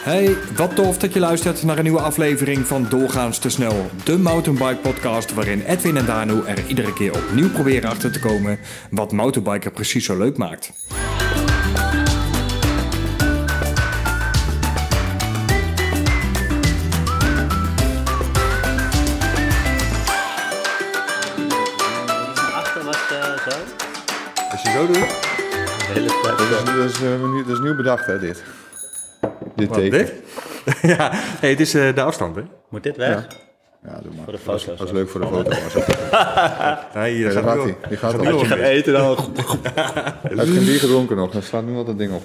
Hey, wat tof dat je luistert naar een nieuwe aflevering van Doorgaans te snel. De mountainbike podcast waarin Edwin en Danu er iedere keer opnieuw proberen achter te komen wat mountainbiker precies zo leuk maakt. Als je zo doet. Dat is nieuw bedacht, hè, dit. Dit teken. Dit? Ja, hey, het is de afstand, hè? Moet dit weg? Ja, doe maar. Voor de foto's. Dat was leuk voor de foto. Hey, Daar gaat hij. Die gaat al. Als je gaat eten dan... Hij heeft geen bier gedronken nog. Dan slaat nu wel dat ding op.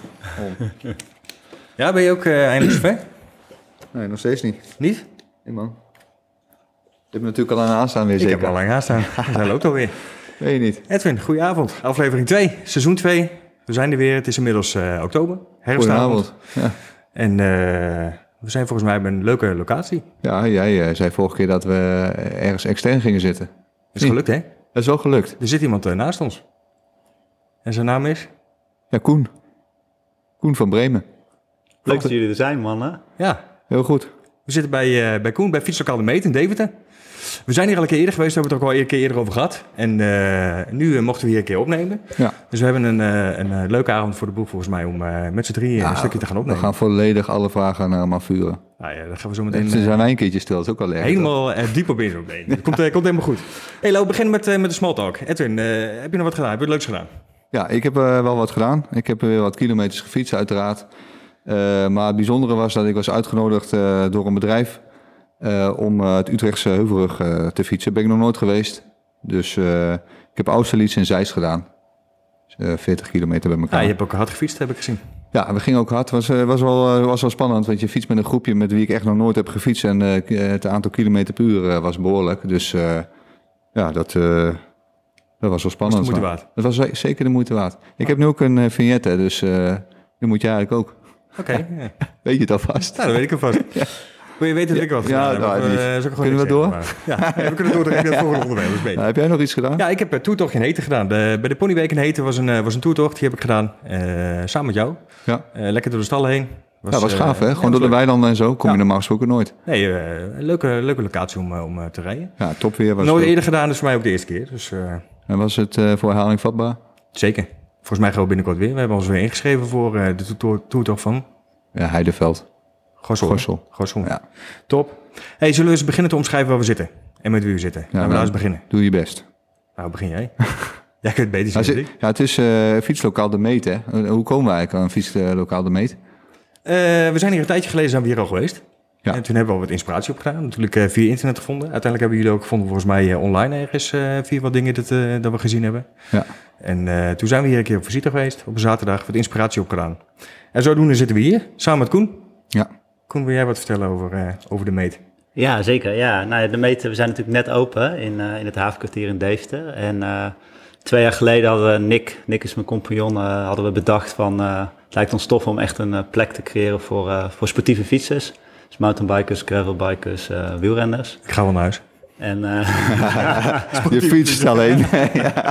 Ja, ben je ook eindelijk zover? Nee, nog steeds niet. Niet? Nee, man. Je hebt natuurlijk al aan aanstaan weer, Ik zeker. heb al lang aanstaan. Hij loopt alweer. Weet je niet. Edwin, goedenavond. Aflevering 2, seizoen 2. We zijn er weer. Het is inmiddels oktober. Herfstavond. Goedenavond. Ja. En we zijn volgens mij bij een leuke locatie. Ja, jij zei vorige keer dat we ergens extern gingen zitten. Is gelukt, hè? Dat is wel gelukt. Er zit iemand naast ons. En zijn naam is? Ja, Koen. Koen van Bremen. Leuk dat jullie er zijn, mannen. Ja, Heel goed. we zitten bij Koen, bij Fietslokaal De Meet in Deventer. We zijn hier al een keer eerder geweest, we hebben het ook al een keer eerder over gehad. En nu mochten we hier een keer opnemen. Ja. Dus we hebben een leuke avond voor de boeg volgens mij om met z'n drieën een stukje te gaan We opnemen. gaan volledig alle vragen naar hem afvuren. Nou ja, daar gaan we zo En meteen toen zijn wij een keertje stil. Dat is ook wel lekker. helemaal diep op in zo meteen. Dat komt helemaal goed. Hey, laten we beginnen met de small talk. Edwin, heb je nog wat gedaan? Heb je het leuks gedaan? Ja, ik heb wel wat gedaan. Ik heb weer wat kilometers gefietst, uiteraard. Maar het bijzondere was dat ik was uitgenodigd door een bedrijf om het Utrechtse Heuvelrug te fietsen. Ben ik nog nooit geweest. Dus ik heb Austerlitz en Zeist gedaan. 40 kilometer bij elkaar. Ja, je hebt ook hard gefietst, heb ik gezien. Ja, we gingen ook hard. Het was wel spannend, want je fietst met een groepje met wie ik echt nog nooit heb gefietst. En het aantal kilometer per uur was behoorlijk. Dus ja, dat was wel spannend. Was de moeite waard? Dat was zeker de moeite waard. Ik heb nu ook een vignette, dus die moet je eigenlijk ook. Oké. Ja. Weet je het alvast? Nou, dat weet ik alvast. Wil je weten dat ik wat Ja, gedaan heb? nou, Of, niet. zal ik gewoon Kunnen we niks door? zeggen, maar- Ja, we kunnen door naar het volgende onderwerp. Dat is beter. Nou, heb jij nog iets gedaan? Ja, ik heb een toertocht in Heten gedaan. Bij de Ponyweek in Heten was een toertocht. Die heb ik gedaan. Samen met jou. Ja. Lekker door de stallen heen. Was gaaf, hè? Gewoon door de leuk. weilanden en zo. Kom je Ja. normaal gesproken nooit. Nee, een leuke locatie om te rijden. Ja, top weer. Was Nooit het eerder gedaan, dus voor mij ook de eerste keer. Dus En was het voor herhaling vatbaar? zeker. Volgens mij gaan we binnenkort weer. We hebben ons weer ingeschreven voor de toertocht van Ja, Heideveld. Gorssel. Gorssel. Ja. Top. Hey, zullen we eens beginnen te omschrijven waar we zitten? En met wie we zitten? Laten we daar eens beginnen. Doe je best. Nou, begin jij. Jij kunt het beter Ja, zien dan ik. het is fietslokaal De Meet, hè? Hoe komen we eigenlijk aan fietslokaal De Meet? We zijn hier een tijdje geleden zijn we hier al geweest. Ja. En toen hebben we al wat inspiratie opgedaan. Natuurlijk via internet gevonden. Uiteindelijk hebben jullie ook gevonden volgens mij online ergens via wat dingen dat we gezien hebben. Ja. En toen zijn we hier een keer op visite geweest. Op een zaterdag wat inspiratie opgedaan. En zodoende zitten we hier samen met Koen. Ja. Koen, wil jij wat vertellen over de meet? Ja, zeker. Ja. Nou, de meet, we zijn natuurlijk net open in het havenkwartier in Deventer. En 2 jaar geleden hadden we Nick is mijn compagnon, hadden we bedacht van... het lijkt ons tof om echt een plek te creëren voor sportieve fietsers. Dus mountainbikers, gravelbikers, wielrenners. Ik ga wel naar huis. En, Je fietst alleen. Ja.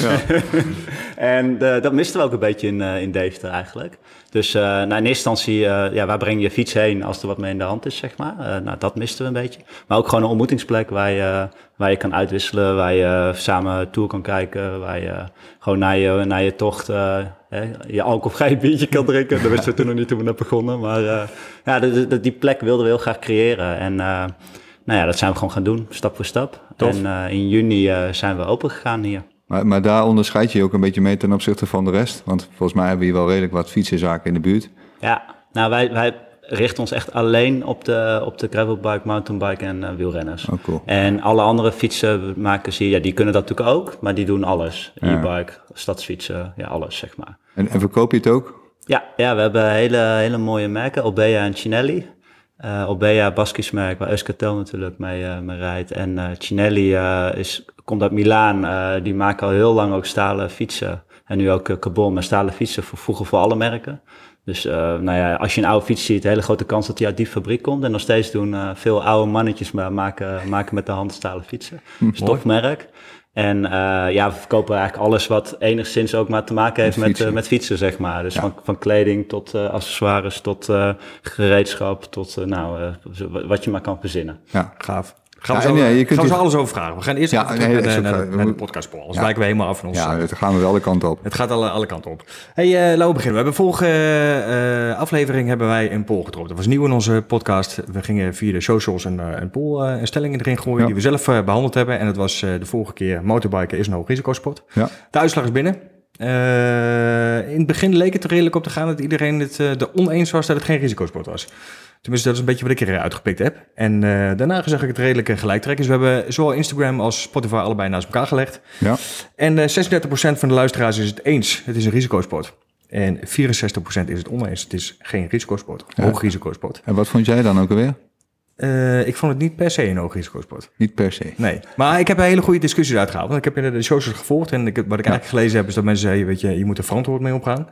En dat misten we ook een beetje in Deventer eigenlijk. Dus nou, in eerste instantie, waar breng je je fiets heen als er wat mee in de hand is, zeg maar. Nou, dat misten we een beetje. Maar ook gewoon een ontmoetingsplek waar je kan uitwisselen, waar je samen tour kan kijken, waar je gewoon na je tocht je alcoholvrij biertje kan drinken. Dat wisten we toen nog niet toen we net begonnen. Maar die plek wilden we heel graag creëren. En nou ja, dat zijn we gewoon gaan doen, stap voor stap. Tof. En in juni zijn we open gegaan hier. Maar daar onderscheid je je ook een beetje mee ten opzichte van de rest. Want volgens mij hebben we hier wel redelijk wat fietsenzaken in de buurt. Ja, nou wij richten ons echt alleen op de gravelbike, mountainbike en wielrenners. Oh, cool. En alle andere fietsenmakers hier, die kunnen dat natuurlijk ook, maar die doen alles. Ja. E-bike, stadsfietsen, alles zeg maar. En verkoop je het ook? Ja, we hebben hele mooie merken, Orbea en Cinelli. Orbea, Baskisch merk, waar Euskaltel natuurlijk mee rijdt. En Cinelli komt uit Milaan, die maken al heel lang ook stalen fietsen. En nu ook carbon met stalen fietsen, vroeger voor alle merken. Dus als je een oude fiets ziet, een hele grote kans dat die uit die fabriek komt. En nog steeds doen veel oude mannetjes maken met de hand stalen fietsen. Dus topmerk. En we verkopen eigenlijk alles wat enigszins ook maar te maken heeft met fietsen, zeg maar. Dus van kleding tot accessoires, tot gereedschap, tot wat je maar kan verzinnen. Ja, gaaf. Gaan we zo alles over vragen. We gaan eerst naar de podcastpoll. Anders wijken we helemaal af van ons. Ja, dan gaan we wel alle kanten op. Het gaat alle kanten op. Hey, laten we beginnen. We hebben vorige aflevering hebben wij een poll gedropt. Dat was nieuw in onze podcast. We gingen via de socials een poll, een stelling erin gooien die we zelf behandeld hebben. En dat was de vorige keer: motorbiken is een hoog risicosport. Ja. De uitslag is binnen. In het begin leek het er redelijk op te gaan dat iedereen het er oneens was dat het geen risicosport was. Tenminste, dat is een beetje wat ik er uitgepikt heb. En daarna zag ik het redelijk gelijktrekken. Dus we hebben zowel Instagram als Spotify allebei naast elkaar gelegd. Ja. En 36% van de luisteraars is het eens. Het is een risicosport. En 64% is het oneens. Het is geen risicosport. Hoog risicosport. En wat vond jij dan ook alweer? Ik vond het niet per se een hoog risicosport. Niet per se? Nee. Maar ik heb een hele goede discussie uitgehaald. Want ik heb de socials gevolgd. En wat ik eigenlijk gelezen heb is dat mensen zeiden, weet je moet er verantwoord mee omgaan.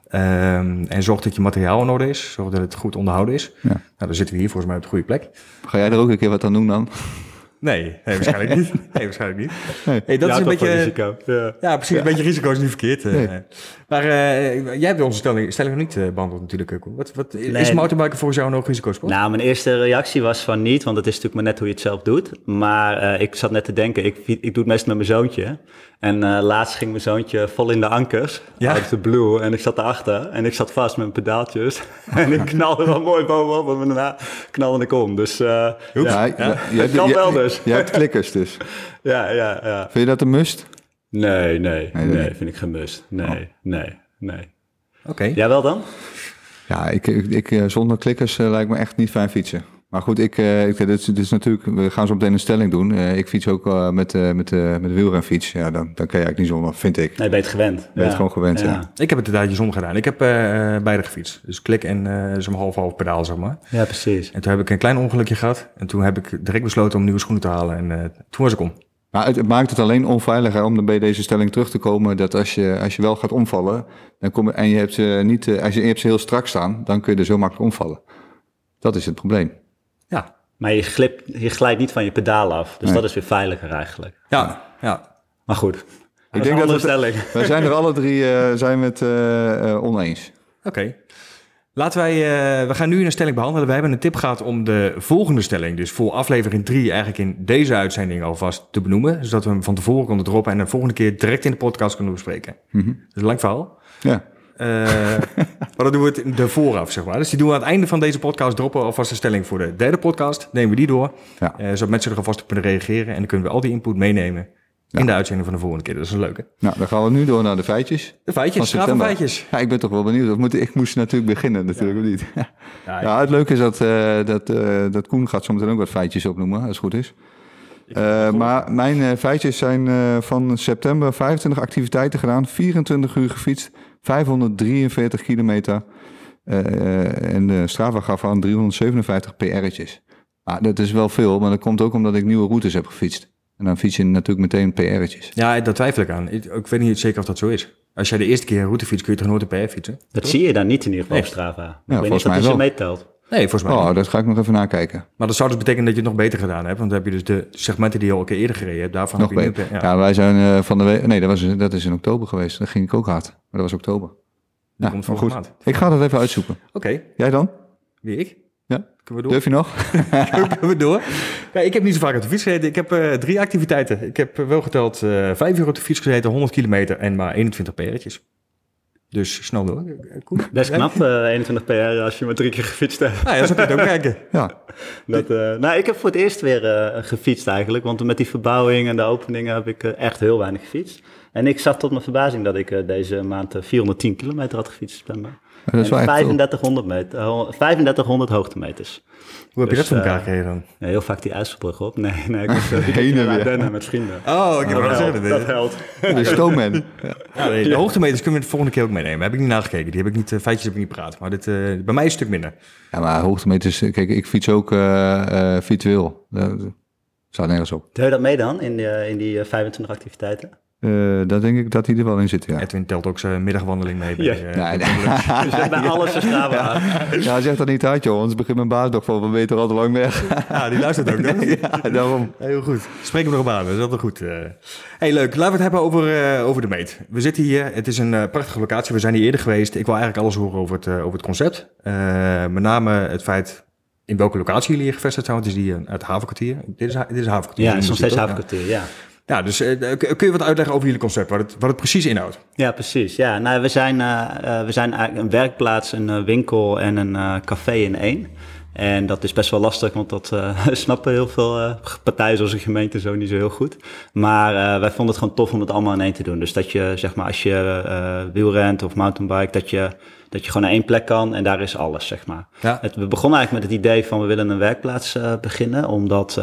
En zorg dat je materiaal in orde is. Zorg dat het goed onderhouden is. Ja. Nou, dan zitten we hier volgens mij op de goede plek. Ga jij er ook een keer wat aan doen dan? Nee, waarschijnlijk niet. Hey, dat is een beetje risico. Ja, precies. Een beetje risico is niet verkeerd. Nee. Maar jij hebt onze stelling nog niet behandeld natuurlijk. Is mountainbiken volgens jou een hoog risicosport? Nou, mijn eerste reactie was van niet, want het is natuurlijk maar net hoe je het zelf doet. Maar ik zat net te denken, ik doe het meestal met mijn zoontje. En laatst ging mijn zoontje vol in de ankers, uit de blue. En ik zat erachter en ik zat vast met mijn pedaaltjes. En ik knalde wel mooi bovenop en daarna knalde ik om. Dus het kan wel dus. Je hebt klikkers dus. Ja. Vind je dat een must? Nee, vind ik geen must. Nee. Oké. Jij wel dan? Ja, ik zonder klikkers lijkt me echt niet fijn fietsen. Maar goed, dit is natuurlijk, we gaan zo meteen een stelling doen. Ik fiets ook met de wielrenfiets. Ja, dan kan je eigenlijk niet zonder, vind ik. Nee, ben je het gewend. Ben je het gewoon gewend, ja. Ik heb het een tijdje zonder gedaan. Ik heb beide gefietst. Dus klik en zo'n half pedaal, zeg maar. Ja, precies. En toen heb ik een klein ongelukje gehad. En toen heb ik direct besloten om nieuwe schoenen te halen. En toen was ik om. Maar het maakt het alleen onveiliger om dan bij deze stelling terug te komen dat als je wel gaat omvallen en je hebt ze niet, als je hebt ze heel strak staan, dan kun je er zo makkelijk omvallen. Dat is het probleem. Ja. Maar je glijdt niet van je pedaal af, dus dat is weer veiliger eigenlijk. Ja. Maar goed. Ik denk dat wij zijn er alle drie zijn met oneens. Oké. Laten we gaan nu een stelling behandelen. We hebben een tip gehad om de volgende stelling, dus voor aflevering 3 eigenlijk in deze uitzending alvast te benoemen. Zodat we hem van tevoren konden droppen en de volgende keer direct in de podcast kunnen bespreken. Mm-hmm. Dat is een lang verhaal. Ja. Maar dan doen we het er vooraf, zeg maar. Dus die doen we aan het einde van deze podcast, droppen we alvast een stelling voor de derde podcast. Nemen we die door, zodat mensen er alvast op kunnen reageren. En dan kunnen we al die input meenemen in de uitzending van de volgende keer. Dat is een leuke. Nou, dan gaan we nu door naar de feitjes. De feitjes, strafenfeitjes. Ja, ik ben toch wel benieuwd. Ik moest natuurlijk beginnen, natuurlijk, of niet? Ja, het leuke is dat Koen gaat zometeen ook wat feitjes opnoemen, als het goed is. Maar mijn feitjes zijn van september 25 activiteiten gedaan, 24 uur gefietst, 543 kilometer. En de Strava gaf aan 357 PR'tjes. Dat is wel veel, maar dat komt ook omdat ik nieuwe routes heb gefietst. En dan fiets je natuurlijk meteen PR'tjes. Ja, daar twijfel ik aan. Ik weet niet zeker of dat zo is. Als jij de eerste keer een route fietst, kun je toch nooit een PR fietsen? Dat zie je dan niet in ieder geval op Strava. Ik weet niet of dat je meetelt. Nee, volgens mij niet. Dat ga ik nog even nakijken. Maar dat zou dus betekenen dat je het nog beter gedaan hebt. Want dan heb je dus de segmenten die je al een keer eerder gereden hebt. Daarvan nog heb je beter. Ja, wij zijn van de week... Nee, dat is in oktober geweest. Dat ging ik ook hard. Maar dat was oktober. Dat komt volgende maand. Ik ga dat even uitzoeken. Oké. Jij dan? Wie, ik? Ja. Kunnen we door? Durf je nog? Kunnen we door? Ja, ik heb niet zo vaak op de fiets gereden. Ik heb 3 activiteiten. Ik heb wel geteld 5 uur op de fiets gezeten, 100 kilometer en maar 21 PR'tjes. Dus snel door. Cool. Best knap, 21 PR als je maar 3 keer gefietst hebt. Nou ja, zo kun je het ook kijken. Ja. Ik heb voor het eerst weer gefietst eigenlijk. Want met die verbouwing en de openingen heb ik echt heel weinig gefietst. En ik zag tot mijn verbazing dat ik deze maand 410 kilometer had gefietst. Dat is wel 3500 hoogtemeters. Hoe heb je dat voor elkaar gekregen dan? Ja, heel vaak die IJsselbrug op. Nee, ik was heen en weer met vrienden. Oh, ik heb wel gezegd. Dat helpt. De stoomman. De hoogtemeters kunnen we de volgende keer ook meenemen. Heb ik niet nagekeken. Die heb ik niet, feitjes heb ik niet paraat. Maar bij mij is een stuk minder. Ja, maar hoogtemeters... Kijk, ik fiets ook virtueel. Dat staat nergens op. Doe je dat mee dan in die 25 activiteiten? Dat denk ik dat hij er wel in zit, ja. Edwin telt ook zijn middagwandeling mee. Ja. Bij, Bij alles is daar aan. Ja, zeg dat niet uit, joh. Anders begint mijn baas toch van, we weten er al te lang weg. Ja, die luistert ook, toch? Ja, daarom. Heel goed. Spreek hem nog op aan, dat is altijd goed. Hey, leuk. Laten we het hebben over de Meet. We zitten hier, het is een prachtige locatie. We zijn hier eerder geweest. Ik wil eigenlijk alles horen over het concept. Met name het feit in welke locatie jullie hier gevestigd zijn. Want het is die het Havenkwartier. Dit is Havenkwartier. Ja, het is nog steeds Havenkwartier, ja. Ja, dus kun je wat uitleggen over jullie concept, wat het precies inhoudt? Ja, precies. Ja, nou, we zijn eigenlijk een werkplaats, een winkel en een café in één. En dat is best wel lastig, want dat snappen heel veel partijen zoals een gemeente zo niet zo heel goed. Maar wij vonden het gewoon tof om het allemaal in één te doen. Dus dat je, zeg maar, als je wielrent of mountainbike, dat je gewoon naar één plek kan en daar is alles, zeg maar. Ja. We begonnen eigenlijk met het idee van we willen een werkplaats beginnen, omdat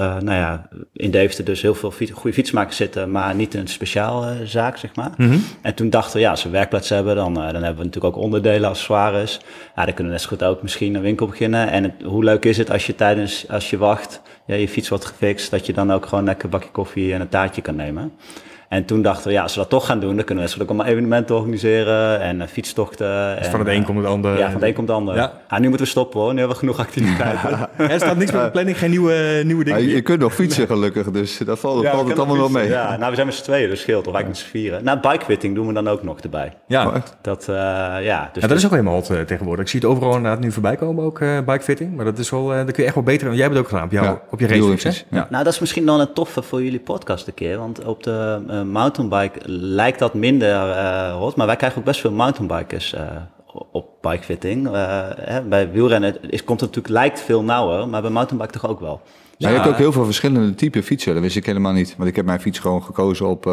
in Deventer dus heel veel goede fietsmakers zitten, maar niet een speciaal zaak, zeg maar. Mm-hmm. En toen dachten we, ja, als we een werkplaats hebben, dan hebben we natuurlijk ook onderdelen, accessoires. Ja, dan kunnen we net zo goed ook misschien een winkel beginnen. En hoe leuk is het als je wacht, ja, je fiets wordt gefixt, dat je dan ook gewoon lekker een bakje koffie en een taartje kan nemen. En toen dachten we, ja, als we dat toch gaan doen, dan kunnen we ook allemaal evenementen organiseren en fietstochten. Dus van het een komt het ander. Ja, van het een komt het ander. Ja. Nu moeten we stoppen hoor, nu hebben we genoeg activiteiten. Er staat niks meer op de planning, geen nieuwe dingen. Ja, je kunt nog fietsen gelukkig, dus dat valt het allemaal wel mee. Ja, nou we zijn met z'n tweeën, dus scheelt, of eigenlijk met z'n vieren. Nou, bikefitting doen we dan ook nog erbij. Ja, dat, dus dat is ook helemaal hot tegenwoordig. Ik zie het overal inderdaad nu voorbij komen, ook bikefitting. Maar dat is wel, dat kun je echt wel beter. Jij hebt het ook gedaan op je racefiets, hè? Ja. Nou, dat is misschien dan een toffe voor jullie podcast een keer, want op de mountainbike lijkt dat minder hot, maar wij krijgen ook best veel mountainbikers op bikefitting. Bij wielrennen komt het natuurlijk, lijkt veel nauwer, maar bij mountainbike toch ook wel. Ja, je hebt ook heel veel verschillende typen fietsen, dat wist ik helemaal niet. Want ik heb mijn fiets gewoon gekozen op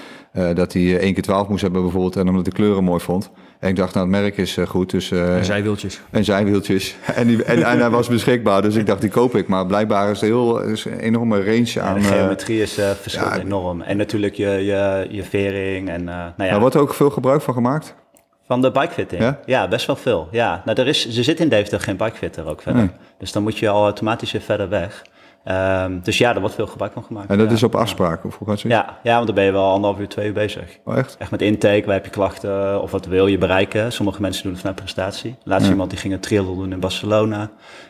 dat hij 1x12 moest hebben bijvoorbeeld, en omdat ik de kleuren mooi vond. En ik dacht, nou, het merk is goed. Dus, en zijwieltjes. En hij was beschikbaar, dus ik dacht, die koop ik. Maar blijkbaar is er een enorme range aan. De geometrie is verschillend enorm. En natuurlijk je vering. En, Er wordt ook veel gebruik van gemaakt. Van de bikefitting? Ja, best wel veel. Ja. Nou, er zit in Deventer geen bikefitter ook verder. Nee. Dus dan moet je al automatisch weer verder weg. Dus ja, er wordt veel gebruik van gemaakt. En dat is op afspraak? Of hoe gaat het? Ja, want dan ben je wel 1,5 uur, 2 uur bezig. Oh, echt? Echt met intake, waar heb je klachten of wat wil je bereiken? Sommige mensen doen het vanuit prestatie. Laatst iemand die ging een triathlon doen in Barcelona.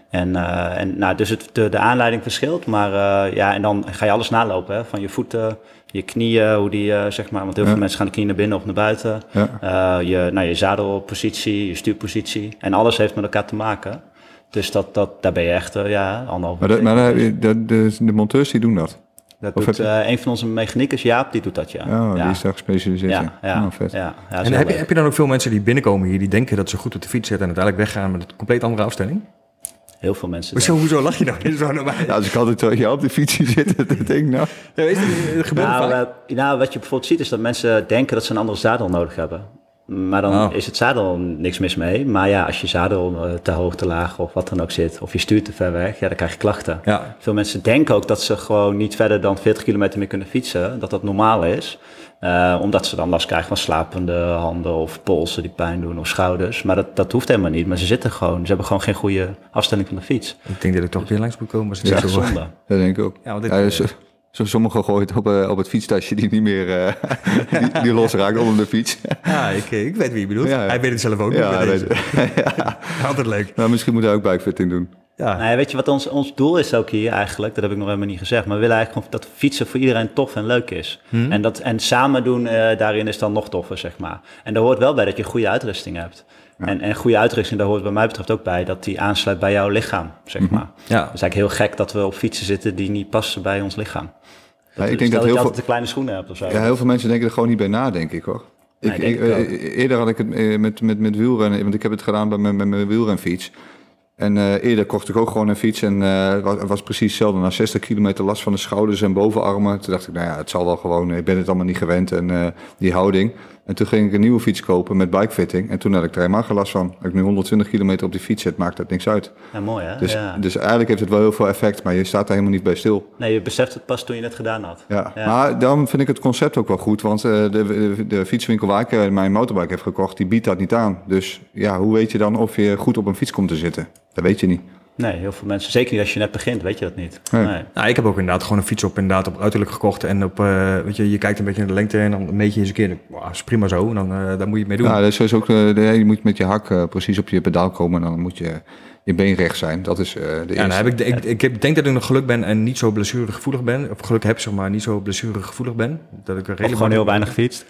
Dus de aanleiding verschilt. Maar en dan ga je alles nalopen. Hè? Van je voeten, je knieën, hoe die zeg maar. Want heel veel mensen gaan de knieën naar binnen of naar buiten. Ja. Je zadelpositie, je stuurpositie. En alles heeft met elkaar te maken. Dus daar ben je echt, 1,5 uur. Maar de monteurs die doen dat? Dat doet een van onze mechaniekers, Jaap, die doet dat, ja. Oh, die is daar gespecialiseerd in. Ja, vet. Ja, en heb je dan ook veel mensen die binnenkomen hier, die denken dat ze goed op de fiets zitten en uiteindelijk weggaan met een compleet andere afstelling? Heel veel mensen. Hoezo lach je nou zo naar mij? Ja, als ik altijd op de fiets zit, dan denk ik nou... Ja, het gebeurt wat je bijvoorbeeld ziet is dat mensen denken dat ze een andere zadel nodig hebben. Maar dan is het zadel niks mis mee. Maar ja, als je zadel te hoog, te laag of wat dan ook zit, of je stuurt te ver weg, ja, dan krijg je klachten. Ja. Veel mensen denken ook dat ze gewoon niet verder dan 40 kilometer meer kunnen fietsen, dat normaal is. Omdat ze dan last krijgen van slapende handen of polsen die pijn doen of schouders. Maar dat hoeft helemaal niet. Maar ze hebben gewoon geen goede afstelling van de fiets. Ik denk dat ik toch weer langs moet komen. Dat is echt zonde. Dat denk ik ook. Ja, sommigen gooien het op het fietstasje die niet meer die losraakt onder de fiets. Ja, ik weet wie je bedoelt. Ja. Hij weet het zelf ook niet. Ja. Altijd leuk. Nou, misschien moet hij ook bikefitting doen. Ja. Nou, weet je wat ons doel is ook hier eigenlijk? Dat heb ik nog helemaal niet gezegd. Maar we willen eigenlijk gewoon dat fietsen voor iedereen tof en leuk is. En samen doen daarin is dan nog toffer, zeg maar. En daar hoort wel bij dat je goede uitrusting hebt. Ja. En goede uitrusting, daar hoort bij mij betreft ook bij dat die aansluit bij jouw lichaam, zeg maar. Ja. Het is eigenlijk heel gek dat we op fietsen zitten die niet passen bij ons lichaam. Ik denk dat je altijd de kleine schoenen hebt of zo. Ja, heel veel mensen denken er gewoon niet bij na, denk ik hoor. Eerder had ik het met wielrennen, want ik heb het gedaan met mijn wielrenfiets. En eerder kocht ik ook gewoon een fiets en het was precies hetzelfde. Na 60 kilometer last van de schouders en bovenarmen. Toen dacht ik, nou ja, het zal wel gewoon, ik ben het allemaal niet gewend en die houding. En toen ging ik een nieuwe fiets kopen met bikefitting. En toen had ik er helemaal geen last van. Als ik nu 120 kilometer op die fiets zet, maakt dat niks uit. Ja, mooi hè? Dus eigenlijk heeft het wel heel veel effect, maar je staat er helemaal niet bij stil. Nee, je beseft het pas toen je het gedaan had. Ja. Maar dan vind ik het concept ook wel goed. Want de fietswinkel waar ik mijn motorbike heb gekocht, die biedt dat niet aan. Dus ja, hoe weet je dan of je goed op een fiets komt te zitten? Dat weet je niet. Nee, heel veel mensen. Zeker niet als je net begint, weet je dat niet. Nee. Nee. Nou, ik heb ook inderdaad gewoon een fiets op uiterlijk gekocht. En weet je kijkt een beetje naar de lengte en dan meet je eens een keer. Wow, is prima zo. En dan daar moet je het mee doen. Ja, dus ook, je moet met je hak precies op je pedaal komen en dan moet je been recht zijn. Dat is de eerste. Ja, nou ik denk dat ik nog geluk ben en niet zo blessuregevoelig ben. Of geluk heb, zeg maar, niet zo blessuregevoelig ben. Dat ik Of gewoon heel weinig fietst.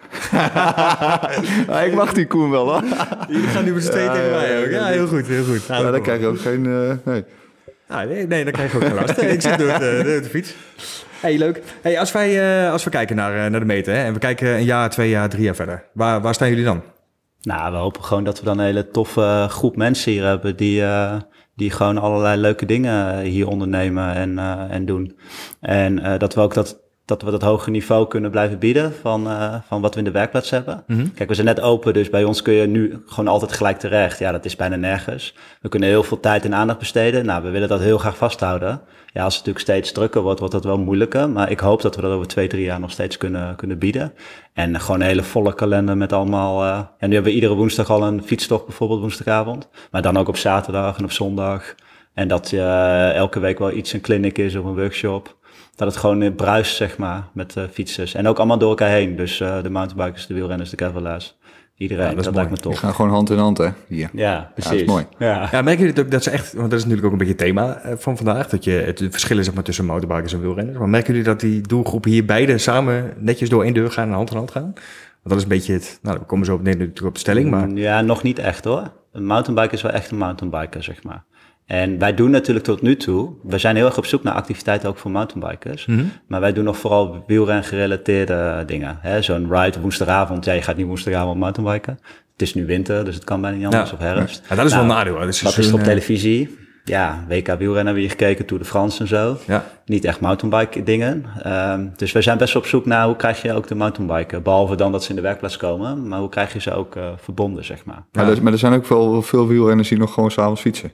Ik mag die Koen wel, hoor. Jullie gaan nu met z'n tweeën tegen mij ook. Ja, heel goed, heel goed. Ja, dan krijg je ook geen... nee. Nee, dan krijg je ook geen last. Ik zit door de fiets. Hey, leuk. Hey, als we kijken naar de meter, hè, en we kijken een jaar, 2 jaar, 3 jaar verder. Waar staan jullie dan? Nou, we hopen gewoon dat we dan een hele toffe groep mensen hier hebben die gewoon allerlei leuke dingen hier ondernemen en doen. En dat we ook dat we dat hoge niveau kunnen blijven bieden van wat we in de werkplaats hebben. Mm-hmm. Kijk, we zijn net open, dus bij ons kun je nu gewoon altijd gelijk terecht. Ja, dat is bijna nergens. We kunnen heel veel tijd en aandacht besteden. Nou, we willen dat heel graag vasthouden. Ja, als het natuurlijk steeds drukker wordt dat wel moeilijker. Maar ik hoop dat we dat over 2-3 jaar nog steeds kunnen bieden. En gewoon een hele volle kalender met allemaal... en nu hebben we iedere woensdag al een fietstocht, bijvoorbeeld woensdagavond. Maar dan ook op zaterdag en op zondag. En dat elke week wel een clinic is of een workshop. Dat het gewoon bruist, zeg maar, met fietsers. En ook allemaal door elkaar heen. Dus de mountainbikers, de wielrenners, de cavalaars. Iedereen, ja, dat lijkt me tof. Die gaan gewoon hand in hand, hè? Hier. Ja, precies. Ja, dat is mooi. Ja, merken jullie ook dat ze echt... Want dat is natuurlijk ook een beetje het thema van vandaag. Dat het verschil is, zeg maar, tussen mountainbikers en wielrenners. Maar merken jullie dat die doelgroepen hier beide samen netjes door één deur gaan en hand in hand gaan? Want dat is een beetje het... Nou, we komen zo natuurlijk op de stelling, maar... Ja, nog niet echt, hoor. Een mountainbiker is wel echt een mountainbiker, zeg maar. En wij doen natuurlijk tot nu toe, we zijn heel erg op zoek naar activiteiten ook voor mountainbikers. Mm-hmm. Maar wij doen nog vooral wielren-gerelateerde dingen. Zo'n ride woensdagavond, ja, je gaat niet woensdagavond mountainbiken. Het is nu winter, dus het kan bijna niet anders, of herfst. Ja, dat is wel een nadeel. Dat is op televisie. Ja, WK wielrennen hebben we hier gekeken, Tour de France en zo. Ja. Niet echt mountainbike dingen. Dus we zijn best wel op zoek naar hoe krijg je ook de mountainbiker. Behalve dan dat ze in de werkplaats komen, maar hoe krijg je ze ook verbonden, zeg maar. Maar er zijn ook veel wielrenners die nog gewoon 's avonds fietsen.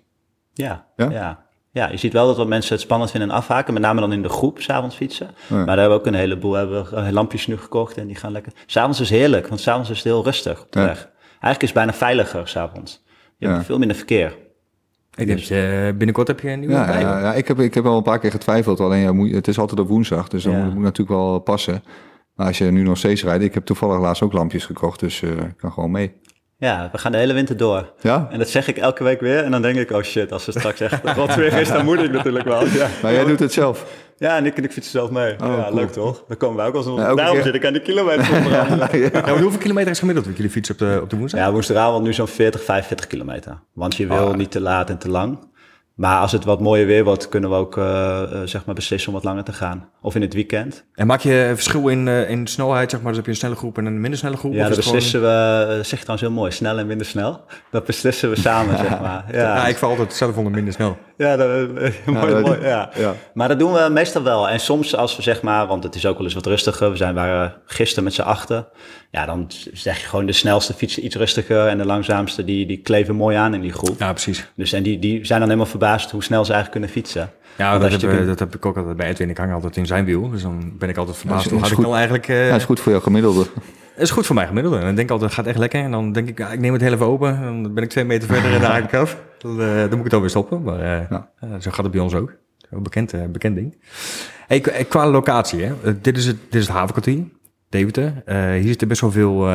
Ja, je ziet wel dat wat mensen het spannend vinden en afhaken. Met name dan in de groep, 's avonds fietsen. Ja. Maar daar hebben we ook een heleboel lampjes nu gekocht en die gaan lekker... 's avonds is heerlijk, want 's avonds is het heel rustig op de weg. Eigenlijk is het bijna veiliger 's avonds. Je hebt veel minder verkeer. Ik denk, binnenkort heb je een nieuwe bij. Ja, ik heb al een paar keer getwijfeld. Alleen het is altijd op woensdag, dus dan moet natuurlijk wel passen. Maar als je nu nog steeds rijdt... Ik heb toevallig laatst ook lampjes gekocht, dus ik kan gewoon mee. Ja, we gaan de hele winter door. Ja? En dat zeg ik elke week weer. En dan denk ik, oh shit, als ze straks echt rot weer is, dan moet ik natuurlijk wel. Ja. Maar jij doet het zelf? Ja, en ik fiets zelf mee. Cool. Leuk toch? Dan komen wij ook als een... Daarom zit ik aan de kilometers onderaan. Hoeveel kilometer is gemiddeld met jullie fietsen op de woensdag? Ja, woensdagavond nu zo'n 45 kilometer. Want je wil niet te laat en te lang. Maar als het wat mooier weer wordt, kunnen we ook zeg maar beslissen om wat langer te gaan. Of in het weekend. En maak je verschil in snelheid, zeg maar? Dus heb je een snelle groep en een minder snelle groep? Ja, dat beslissen we, zeg je trouwens heel mooi, snel en minder snel. Dat beslissen we samen, zeg maar. Ja, ik val altijd zelf onder minder snel. Ja, mooi. Ja. Maar dat doen we meestal wel. En soms als we zeg maar, want het is ook wel eens wat rustiger. We waren gisteren met z'n achten. Ja, dan zeg je gewoon de snelste fietsen iets rustiger. En de langzaamste, die kleven mooi aan in die groep. Ja, precies. Dus en die zijn dan helemaal verbaasd hoe snel ze eigenlijk kunnen fietsen. Ja, dat heb ik ook altijd bij Edwin. Ik hang altijd in zijn wiel. Dus dan ben ik altijd verbaasd. Dat is goed voor jouw gemiddelde. Het is goed voor mijn gemiddelde. En dan denk ik altijd, het gaat echt lekker. En dan denk ik, ik neem het heel even open. Dan ben ik 2 meter verder en dan haak ik af. Dan moet ik het alweer stoppen. Maar zo gaat het bij ons ook. Een bekend ding. Hey, qua locatie, hè. Dit is het havenkwartier. Deventer. Hier zitten best wel veel,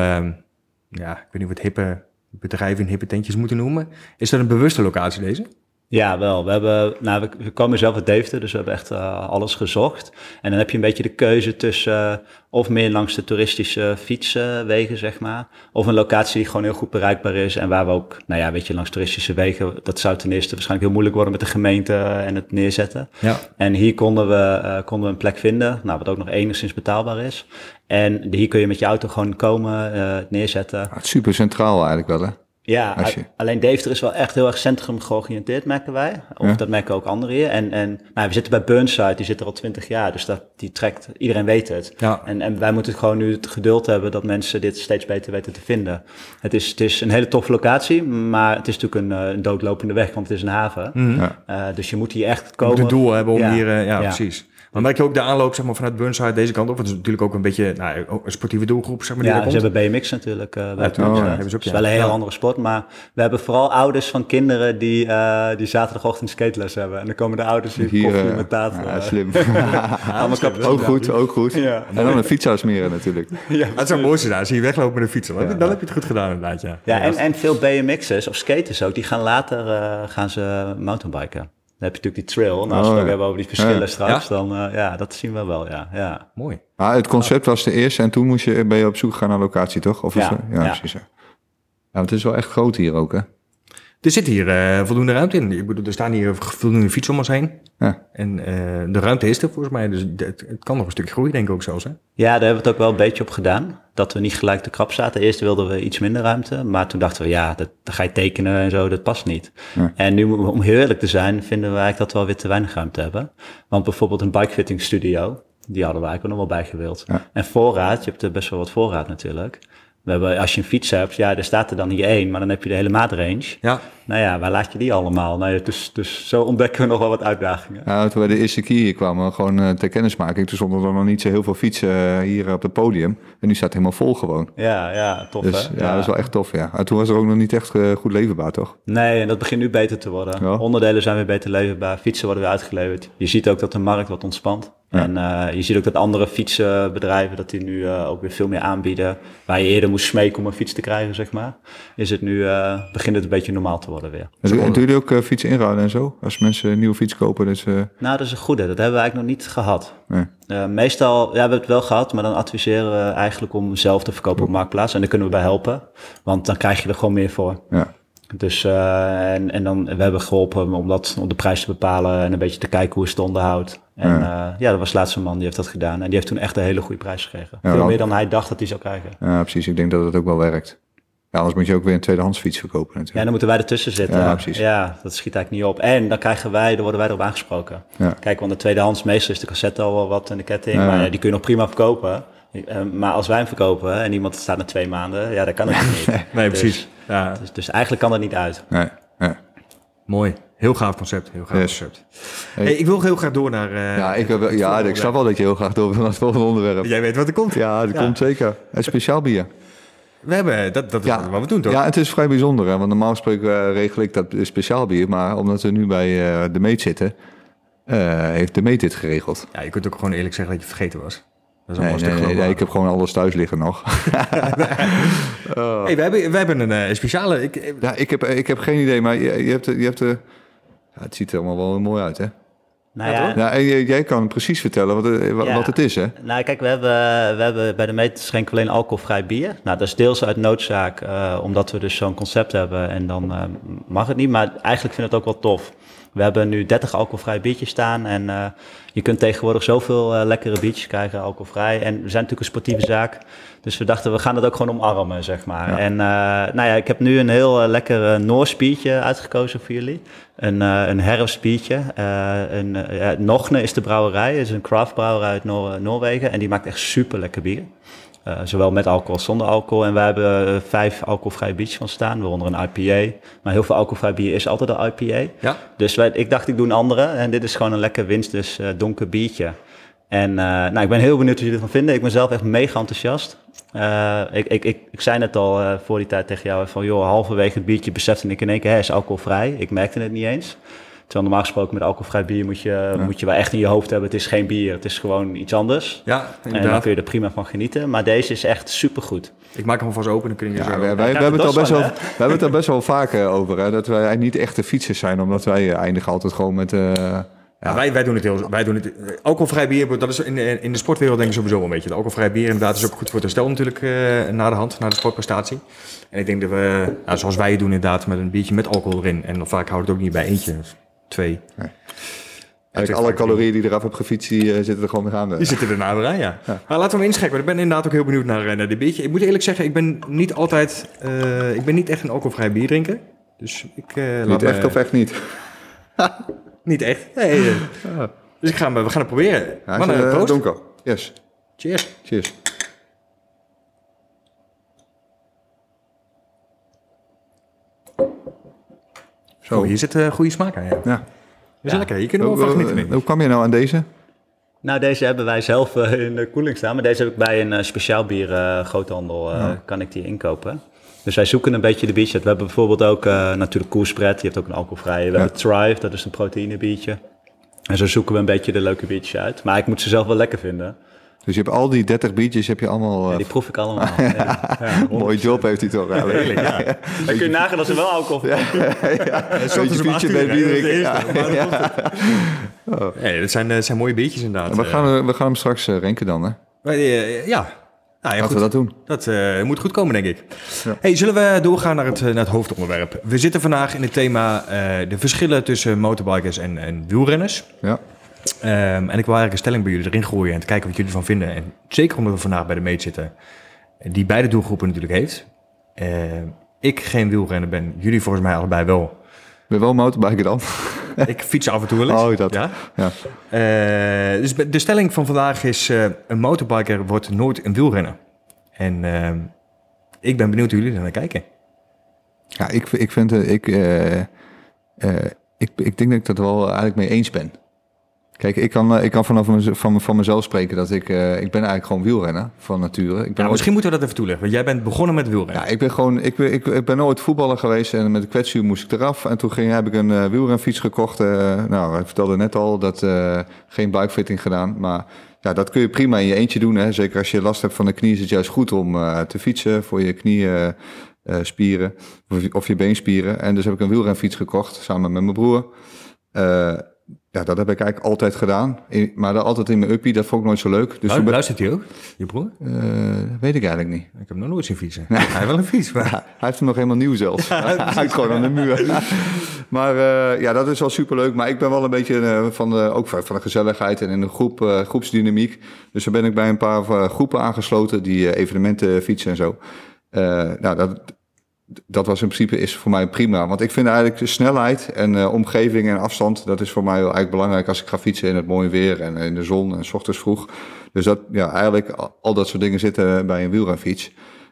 ik weet niet wat hippe bedrijven in hippe tentjes moeten noemen. Is dat een bewuste locatie deze? Ja, wel. We komen zelf uit Deventer, dus we hebben echt alles gezocht. En dan heb je een beetje de keuze tussen of meer langs de toeristische fietswegen, zeg maar. Of een locatie die gewoon heel goed bereikbaar is. En waar we ook, langs toeristische wegen, dat zou ten eerste waarschijnlijk heel moeilijk worden met de gemeente en het neerzetten. Ja. En hier konden we een plek vinden, wat ook nog enigszins betaalbaar is. En hier kun je met je auto gewoon komen, neerzetten. Het is super centraal eigenlijk wel, hè? Ja, alleen Deventer is wel echt heel erg centrum georiënteerd, merken wij. Of dat merken ook anderen hier. En we zitten bij Burnside, die zit er al 20 jaar. Dus die trekt, iedereen weet het. Ja. En wij moeten gewoon nu het geduld hebben dat mensen dit steeds beter weten te vinden. Het is een hele toffe locatie, maar het is natuurlijk een doodlopende weg, want het is een haven. Mm-hmm. Dus je moet hier echt komen. Je moet een doel hebben om hier, precies. Maar merk je ook de aanloop, zeg maar, vanuit Burnside deze kant op? Het is natuurlijk ook een beetje een sportieve doelgroep, zeg maar. Ja, ze hebben BMX natuurlijk. hebben ze ook, het is wel een heel andere sport. wordt. Maar we hebben vooral ouders van kinderen die zaterdagochtend skateles hebben. En dan komen de ouders hier koffie met taart. Slim. Ook goed. Ja. En dan een fiets smeren natuurlijk. Ja, het zou mooi zijn daar. Zie je weglopen met een fiets. Dan heb je het goed gedaan inderdaad, ja. Ja, en veel BMX'ers of skaters ook, die gaan later gaan ze mountainbiken. Dan heb je natuurlijk die trail. Nou, als we het ook hebben over die verschillen straks, dan dat zien we wel, ja. Mooi. Het concept was de eerste en toen ben je op zoek gaan naar locatie, toch? Of precies. Ja, want het is wel echt groot hier ook, hè? Er zit hier voldoende ruimte in. Ik bedoel, er staan hier voldoende fietsen om ons heen. Ja. En de ruimte is er volgens mij. Dus het kan nog een stukje groeien, denk ik ook zelfs. Hè? Ja, daar hebben we het ook wel een beetje op gedaan. Dat we niet gelijk te krap zaten. Eerst wilden we iets minder ruimte. Maar toen dachten we, dan ga je tekenen en zo. Dat past niet. Ja. En nu, om heel eerlijk te zijn, vinden we eigenlijk dat we alweer te weinig ruimte hebben. Want bijvoorbeeld een bikefitting studio, die hadden we eigenlijk nog wel bij gewild. Ja. En voorraad, je hebt er best wel wat voorraad natuurlijk. We hebben, als je een fiets hebt, er staat er dan hier 1, maar dan heb je de hele maatrange. Ja. Nou ja, waar laat je die allemaal? Nou ja, dus zo ontdekken we nog wel wat uitdagingen. Ja, toen we de eerste keer hier kwamen, gewoon ter kennismaking. Toen stonden er nog niet zo heel veel fietsen hier op het podium. En nu staat het helemaal vol gewoon. Ja, tof dus, hè? Ja, dat is wel echt tof, ja. Maar toen was er ook nog niet echt goed leverbaar, toch? Nee, en dat begint nu beter te worden. Ja. Onderdelen zijn weer beter leverbaar, fietsen worden weer uitgeleverd. Je ziet ook dat de markt wat ontspant. Ja. En je ziet ook dat andere fietsenbedrijven, dat die nu ook weer veel meer aanbieden. Waar je eerder moest smeken om een fiets te krijgen, zeg maar. Is het nu, begint het een beetje normaal te worden weer. En doen jullie ook fietsen inruilen en zo? Als mensen een nieuwe fiets kopen? Dus, Nou, dat is een goede. Dat hebben we eigenlijk nog niet gehad. Nee. Meestal, we hebben het wel gehad, maar dan adviseren we eigenlijk om zelf te verkopen op Marktplaats. En daar kunnen we bij helpen, want dan krijg je er gewoon meer voor. Ja. Dus, en dan, we hebben geholpen om de prijs te bepalen en een beetje te kijken hoe het onderhoudt. En dat was laatst een man die heeft dat gedaan. En die heeft toen echt een hele goede prijs gekregen. Veel meer dan hij dacht dat hij zou krijgen. Ja, precies. Ik denk dat het ook wel werkt. Ja, anders moet je ook weer een tweedehands fiets verkopen natuurlijk. Ja, dan moeten wij ertussen zitten. Ja, precies. Ja, dat schiet eigenlijk niet op. En dan worden wij erop aangesproken. Ja. Kijk, want de tweedehands, meestal is de cassette al wel wat en de ketting. Ja. Maar die kun je nog prima verkopen. Maar als wij hem verkopen en iemand staat na 2 maanden, dat kan het niet. Nee, precies. Ja. Dus eigenlijk kan dat niet uit. Nee. Mooi. Heel gaaf concept. Concept. Hey, ik wil heel graag door naar... ik snap wel dat je heel graag door wil naar het volgende onderwerp. Jij weet wat er komt. Ja, dat komt zeker. Het speciaal bier. We hebben, dat is wat we doen, toch? Ja, het is vrij bijzonder. Hè? Want normaal gesproken regel ik dat speciaal bier. Maar omdat we nu bij de Meet zitten, heeft de Meet dit geregeld. Ja, je kunt ook gewoon eerlijk zeggen dat je vergeten was. Dat is nee, ik heb gewoon alles thuis liggen nog. Hey, we hebben een speciale... Ik heb geen idee, maar je hebt de... Ja, het ziet er allemaal wel mooi uit, hè? Jij kan precies vertellen wat het is, hè? Nou, kijk, we hebben bij de Meet schenken we alleen alcoholvrij bier. Nou, dat is deels uit noodzaak, omdat we dus zo'n concept hebben. En dan mag het niet, maar eigenlijk vind ik het ook wel tof. We hebben nu 30 alcoholvrije biertjes staan en je kunt tegenwoordig zoveel lekkere biertjes krijgen, alcoholvrij. En we zijn natuurlijk een sportieve zaak, dus we dachten we gaan het ook gewoon omarmen, zeg maar. Ja. En ik heb nu een heel lekker Noors biertje uitgekozen voor jullie. Een herfstbiertje. Nogne is de brouwerij, is een craftbrouwerij uit Noorwegen en die maakt echt super lekker bier. Zowel met alcohol als zonder alcohol. En we hebben 5 alcoholvrije biertjes van staan, waaronder een IPA. Maar heel veel alcoholvrij bier is altijd een IPA. Ja. Dus ik dacht, ik doe een andere. En dit is gewoon een lekker winst, donker biertje. En ik ben heel benieuwd wat jullie ervan vinden. Ik ben zelf echt mega enthousiast. Ik zei net al voor die tijd tegen jou van... joh, halverwege het biertje besefte ik in één keer... het is alcoholvrij. Ik merkte het niet eens. Terwijl normaal gesproken met alcoholvrij bier moet je wel echt in je hoofd hebben. Het is geen bier, het is gewoon iets anders. Ja, inderdaad. En dan kun je er prima van genieten. Maar deze is echt supergoed. Ik maak hem alvast open, dan kun je we hebben het al best wel vaak over. Hè, dat wij niet echte fietsers zijn, omdat wij eindigen altijd gewoon met... Wij doen het alcoholvrij bier, dat is in de sportwereld denk ik sowieso wel een beetje. De alcoholvrij bier inderdaad is ook goed voor het herstel natuurlijk na de sportprestatie. En ik denk dat we, zoals wij het doen inderdaad, met een biertje met alcohol erin. En vaak houdt het ook niet bij eentje, 2. Nee. Eigenlijk alle calorieën die je eraf hebt gefietst, die zitten er gewoon weer aan. Die zitten er nou weer aan, ja. Maar laten we hem inschenken. Ik ben inderdaad ook heel benieuwd naar dit biertje. Ik moet eerlijk zeggen, ik ben niet echt een alcoholvrij bier drinker. Dus niet echt of echt niet? Niet echt. Nee. Dus we gaan het proberen. Ja, donker. Yes. Cheers. Cheers. Zo. Hier zit goede smaak aan, ja. Is lekker. Hier kunnen we wel van genieten. Hoe kwam je nou aan deze? Nou, deze hebben wij zelf in de koeling staan. Maar deze heb ik bij een speciaal bier groothandel. Kan ik die inkopen. Dus wij zoeken een beetje de biertjes. We hebben bijvoorbeeld ook natuurlijk Koerspread. Die heeft ook een alcoholvrije. We hebben Thrive, dat is een proteïnebiertje. En zo zoeken we een beetje de leuke biertjes uit. Maar ik moet ze zelf wel lekker vinden. Dus je hebt al die 30 biertjes heb je allemaal... Ja, die proef ik allemaal. Mooie job heeft hij toch eigenlijk. Ja. Dan kun je nagaan dat ze wel alcohol vinden. Zo'n biertje bij Diederik. Nee, dat zijn mooie biertjes inderdaad. We gaan hem straks renken dan, hè? Laten we dat doen. Dat moet goed komen, denk ik. Ja. Hey, zullen we doorgaan naar het hoofdonderwerp? We zitten vandaag in het thema de verschillen tussen motorbikers en wielrenners. Ja. En ik wil eigenlijk een stelling bij jullie erin gooien en te kijken wat jullie ervan vinden. En zeker omdat we vandaag bij de meet zitten, die beide doelgroepen natuurlijk heeft. Ik geen wielrenner ben, jullie volgens mij allebei wel. Ben je wel motorbiker dan? Ik fiets af en toe wel eens. Oh, dat. Ja? Ja. Dus de stelling van vandaag is, een motorbiker wordt nooit een wielrenner. En ik ben benieuwd hoe jullie daar naar kijken. Ja, ik denk dat ik dat er wel eigenlijk mee eens ben. Kijk, ik kan van mezelf spreken dat ik ben eigenlijk gewoon wielrenner van nature. Misschien moeten we dat even toelichten, want jij bent begonnen met wielrennen. Ja, ik ben nooit voetballer geweest en met de kwetsuur moest ik eraf. En toen heb ik een wielrenfiets gekocht. Ik vertelde net al, geen bikefitting gedaan. Maar ja, dat kun je prima in je eentje doen. Hè. Zeker als je last hebt van de knie is het juist goed om te fietsen voor je kniespieren of je beenspieren. En dus heb ik een wielrenfiets gekocht samen met mijn broer. Ja, dat heb ik eigenlijk altijd gedaan. Maar altijd in mijn uppie, dat vond ik nooit zo leuk. Dus luistert hij ook, je broer? Weet ik eigenlijk niet. Ik heb hem nog nooit zien fietsen. Hij heeft wel een fiets. Maar... Ja, hij heeft hem nog helemaal nieuw zelfs. Hij hangt gewoon aan de muur. Maar dat is wel superleuk. Maar ik ben wel een beetje van de gezelligheid en in de groepsdynamiek. Dus dan ben ik bij een paar groepen aangesloten die evenementen fietsen en zo. Dat was in principe is voor mij prima. Want ik vind eigenlijk de snelheid en omgeving en afstand... dat is voor mij wel eigenlijk belangrijk als ik ga fietsen in het mooie weer... en in de zon en 's ochtends vroeg. Dus eigenlijk al dat soort dingen zitten bij een wielrenfiets.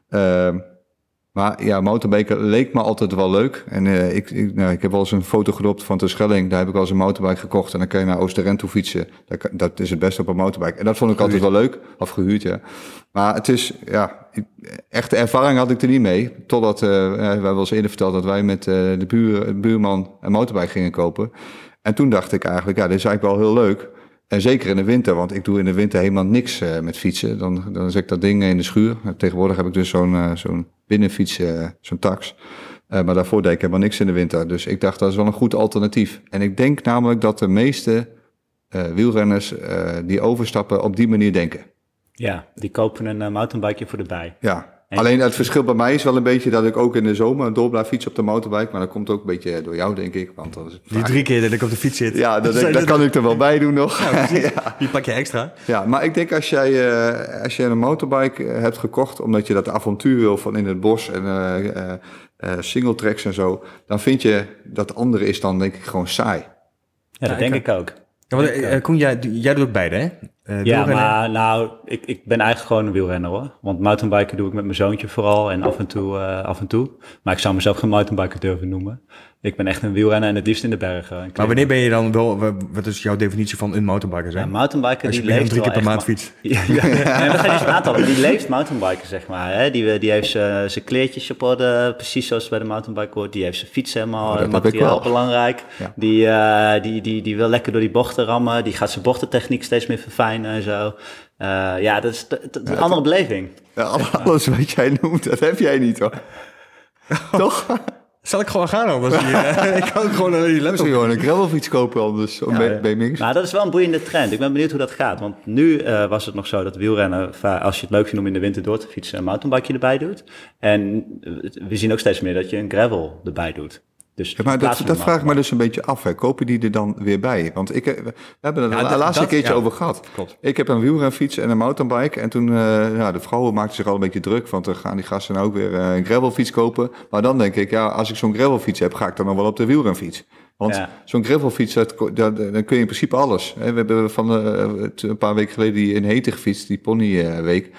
Maar ja, motorbiken leek me altijd wel leuk. En ik heb wel eens een foto gedropt van Terschelling. Daar heb ik wel eens een motorbike gekocht. En dan kan je naar Oosterend toe fietsen. Dat is het beste op een motorbike. En dat vond ik altijd wel leuk. Of gehuurd, ja. Maar het is, echte ervaring had ik er niet mee. Totdat, we hebben wel eens eerder verteld dat wij met de buurman een motorbike gingen kopen. En toen dacht ik eigenlijk, dit is eigenlijk wel heel leuk. En zeker in de winter, want ik doe in de winter helemaal niks met fietsen. Dan zet ik dat ding in de schuur. Tegenwoordig heb ik dus zo'n binnenfiets, zo'n tax. Maar daarvoor deed ik helemaal niks in de winter. Dus ik dacht, dat is wel een goed alternatief. En ik denk namelijk dat de meeste wielrenners die overstappen op die manier denken. Ja, die kopen een mountainbikeje voor de bij. Ja. Alleen het verschil bij mij is wel een beetje dat ik ook in de zomer door blijf fietsen op de motorbike. Maar dat komt ook een beetje door jou, denk ik. Want dat is die 3 keer dat ik op de fiets zit. Ja, dat kan ik er wel bij doen nog. Ja, die pak je extra. Ja, maar ik denk als jij een motorbike hebt gekocht... omdat je dat avontuur wil van in het bos en single tracks en zo... dan vind je dat andere is dan denk ik gewoon saai. Ja, dat denk ik ook. Ja, Koen, jij doet ook beide, hè? Maar ik ben eigenlijk gewoon een wielrenner, hoor. Want mountainbiken doe ik met mijn zoontje vooral en af en toe. Maar ik zou mezelf geen mountainbiker durven noemen. Ik ben echt een wielrenner en het liefst in de bergen. Maar wanneer ben je dan wel, wat is jouw definitie van een mountainbiker zijn? Ja, mountainbiker als je die leeft 3 keer per maand maar... fietst. Ja, dat zijn dus een aantal. Die leeft mountainbiker, zeg maar. Hè? Die heeft zijn kleertjes op orde, precies zoals bij de mountainbike hoort. Die heeft zijn fiets helemaal, materiaal belangrijk. Ja. Die wil lekker door die bochten rammen. Die gaat zijn bochtentechniek steeds meer verfijnen en zo. Dat is een andere beleving. Ja, alles wat jij noemt, dat heb jij niet, hoor. Toch? Zal ik gewoon gaan anders? Ik kan ook gewoon die laptop. Gewoon een gravelfiets kopen anders. BMX. Nou, dat is wel een boeiende trend. Ik ben benieuwd hoe dat gaat. Want nu was het nog zo dat wielrennen, als je het leuk vindt om in de winter door te fietsen, een mountainbikeje erbij doet. En we zien ook steeds meer dat je een gravel erbij doet. Dus maar dat vraag ik me dus een beetje af. Hè. Kopen die er dan weer bij? Want we hebben het de laatste keertje over gehad. Klopt. Ik heb een wielrenfiets en een mountainbike. En toen, de vrouwen maakten zich al een beetje druk. Want dan gaan die gasten nou ook weer een gravelfiets kopen. Maar dan denk ik, als ik zo'n gravelfiets heb, ga ik dan nog wel op de wielrenfiets. Want zo'n gravelfiets, dan kun je in principe alles. We hebben een paar weken geleden die in Heten gefietst, die ponyweek.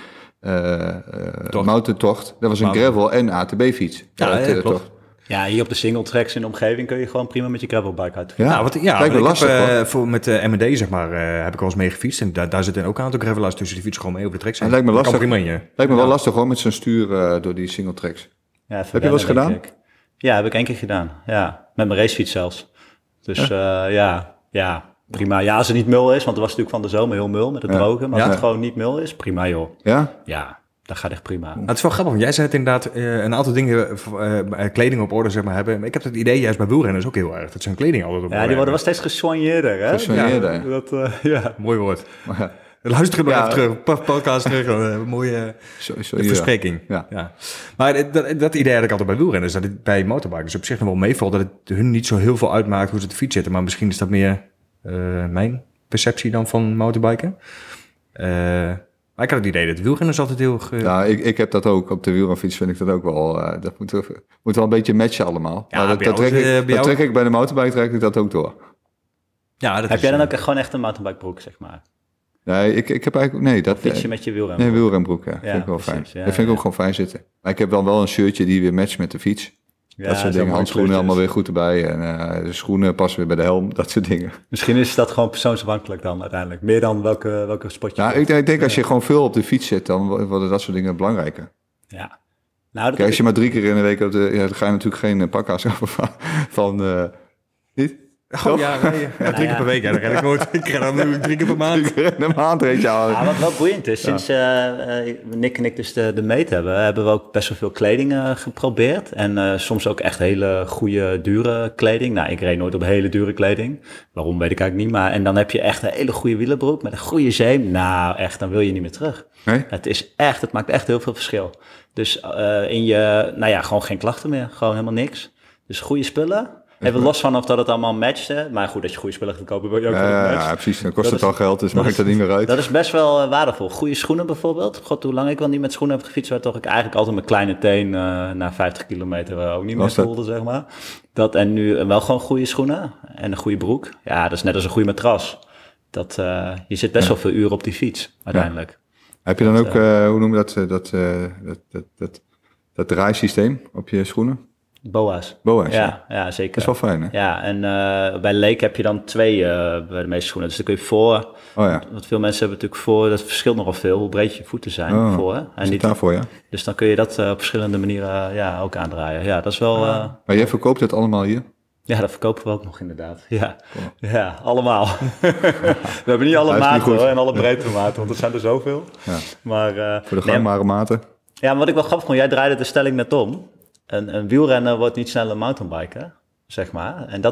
Mountaintocht. Dat was een gravel en ATB-fiets. Klopt. Ja, hier op de single tracks in de omgeving kun je gewoon prima met je gravelbike uit. Lijkt me lastig. Met de M&D, zeg maar, heb ik wel eens mee gefietst. En daar zitten ook een aantal gravelaars tussen die fietsen gewoon mee over de tracks. Lijkt me lastig. Lijkt me wel lastig hoor, met zo'n stuur door die single tracks. Ja, Heb je wel eens gedaan? Ja, heb ik 1 keer gedaan. Ja, met mijn racefiets zelfs. Dus ja, prima. Ja, als het niet mul is, want het was natuurlijk van de zomer heel mul met het drogen. Maar als het gewoon niet mul is, prima joh. Ja? Ja, dat gaat echt prima. Het is wel grappig, want jij zei het inderdaad, een aantal dingen, kleding op orde zeg maar hebben. Maar ik heb het idee juist bij wielrenners ook heel erg, dat zijn kleding altijd op orde. Ja, die worden wel steeds gesoigneerder, hè? Gesoigneerder. Ja. Mooi woord. Luister nog even terug, podcast terug, een mooie verspreking. Ja. Maar dat idee had ik altijd bij wielrenners, dat het bij motorbikers op zich nog wel meevalt, dat het hun niet zo heel veel uitmaakt hoe ze de fiets zitten. Maar misschien is dat meer mijn perceptie dan van motorbiken. Maar ik had het idee dat wielrenners altijd heel... Ja, ik heb dat ook. Op de wielrenfiets vind ik dat ook wel... dat moet wel een beetje matchen allemaal. Ja, maar dat trek ik bij de motorbike, trek ik dat ook door. Ja, dat heb jij dan ook gewoon echt een mountainbikebroek, zeg maar? Nee, ik heb eigenlijk... Nee, dat fiets je met je wielrenbroek? Nee, wielrenbroek, ja. Vind ik wel fijn. Ja, dat vind ik ook gewoon fijn zitten. Maar ik heb dan wel een shirtje die weer matcht met de fiets. Ja, dat soort dingen, handschoenen allemaal weer goed erbij. En de schoenen passen weer bij de helm, dat soort dingen. Misschien is dat gewoon persoonsafhankelijk dan uiteindelijk. Meer dan welke spotje. Nou, ik denk als je gewoon veel op de fiets zit, dan worden dat soort dingen belangrijker. Ja. Nou, kijk, als je maar 3 keer in de week op dan ga je natuurlijk geen pakkas van niet? Oh, ja, 3 keer per week. Ja, dan ren ik nooit. Ik ren dan nu 3 keer per maand. 3 keer in de maand reed je al. Ja, wat wel boeiend is, sinds Nick en ik dus de meet hebben we ook best wel veel kleding geprobeerd. En soms ook echt hele goede, dure kleding. Nou, ik reed nooit op hele dure kleding. Waarom, weet ik eigenlijk niet. Maar en dan heb je echt een hele goede wielenbroek met een goede zeem. Nou, echt, dan wil je niet meer terug. Nee? Het maakt echt heel veel verschil. Dus gewoon geen klachten meer. Gewoon helemaal niks. Dus goede spullen. Even los van of dat het allemaal matchte. Maar goed, als je goede spullen gaat kopen, wil je ook ja, precies. Dan kost het al geld, dus maakt het niet meer uit. Dat is best wel waardevol. Goede schoenen bijvoorbeeld. God, hoe lang ik wel niet met schoenen heb gefietst, waar toch ik eigenlijk altijd mijn kleine teen na 50 kilometer ook niet meer voelde, zeg maar. En nu wel gewoon goede schoenen en een goede broek. Ja, dat is net als een goede matras. Je zit best wel veel uren op die fiets, uiteindelijk. Ja. Heb je dan ook, hoe noem je dat draaisysteem op je schoenen? BOA's. Ja, zeker. Dat is wel fijn, hè? Ja, en bij Lake heb je dan 2 bij de meeste schoenen. Dus dan kun je voor... Want veel mensen hebben natuurlijk voor... Dat verschilt nogal veel, hoe breed je voeten zijn voor. En niet daarvoor, ja. Dus dan kun je dat op verschillende manieren ook aandraaien. Ja, dat is wel... Maar jij verkoopt het allemaal hier? Ja, dat verkopen we ook nog inderdaad. Ja, allemaal. We hebben niet alle maten hoor, en alle breedtematen, want er zijn er zoveel. Ja. Maar, voor de gangbare maten. Ja, maar wat ik wel grappig vond, jij draaide de stelling net om. Een wielrenner wordt niet sneller een mountainbiker, zeg maar. En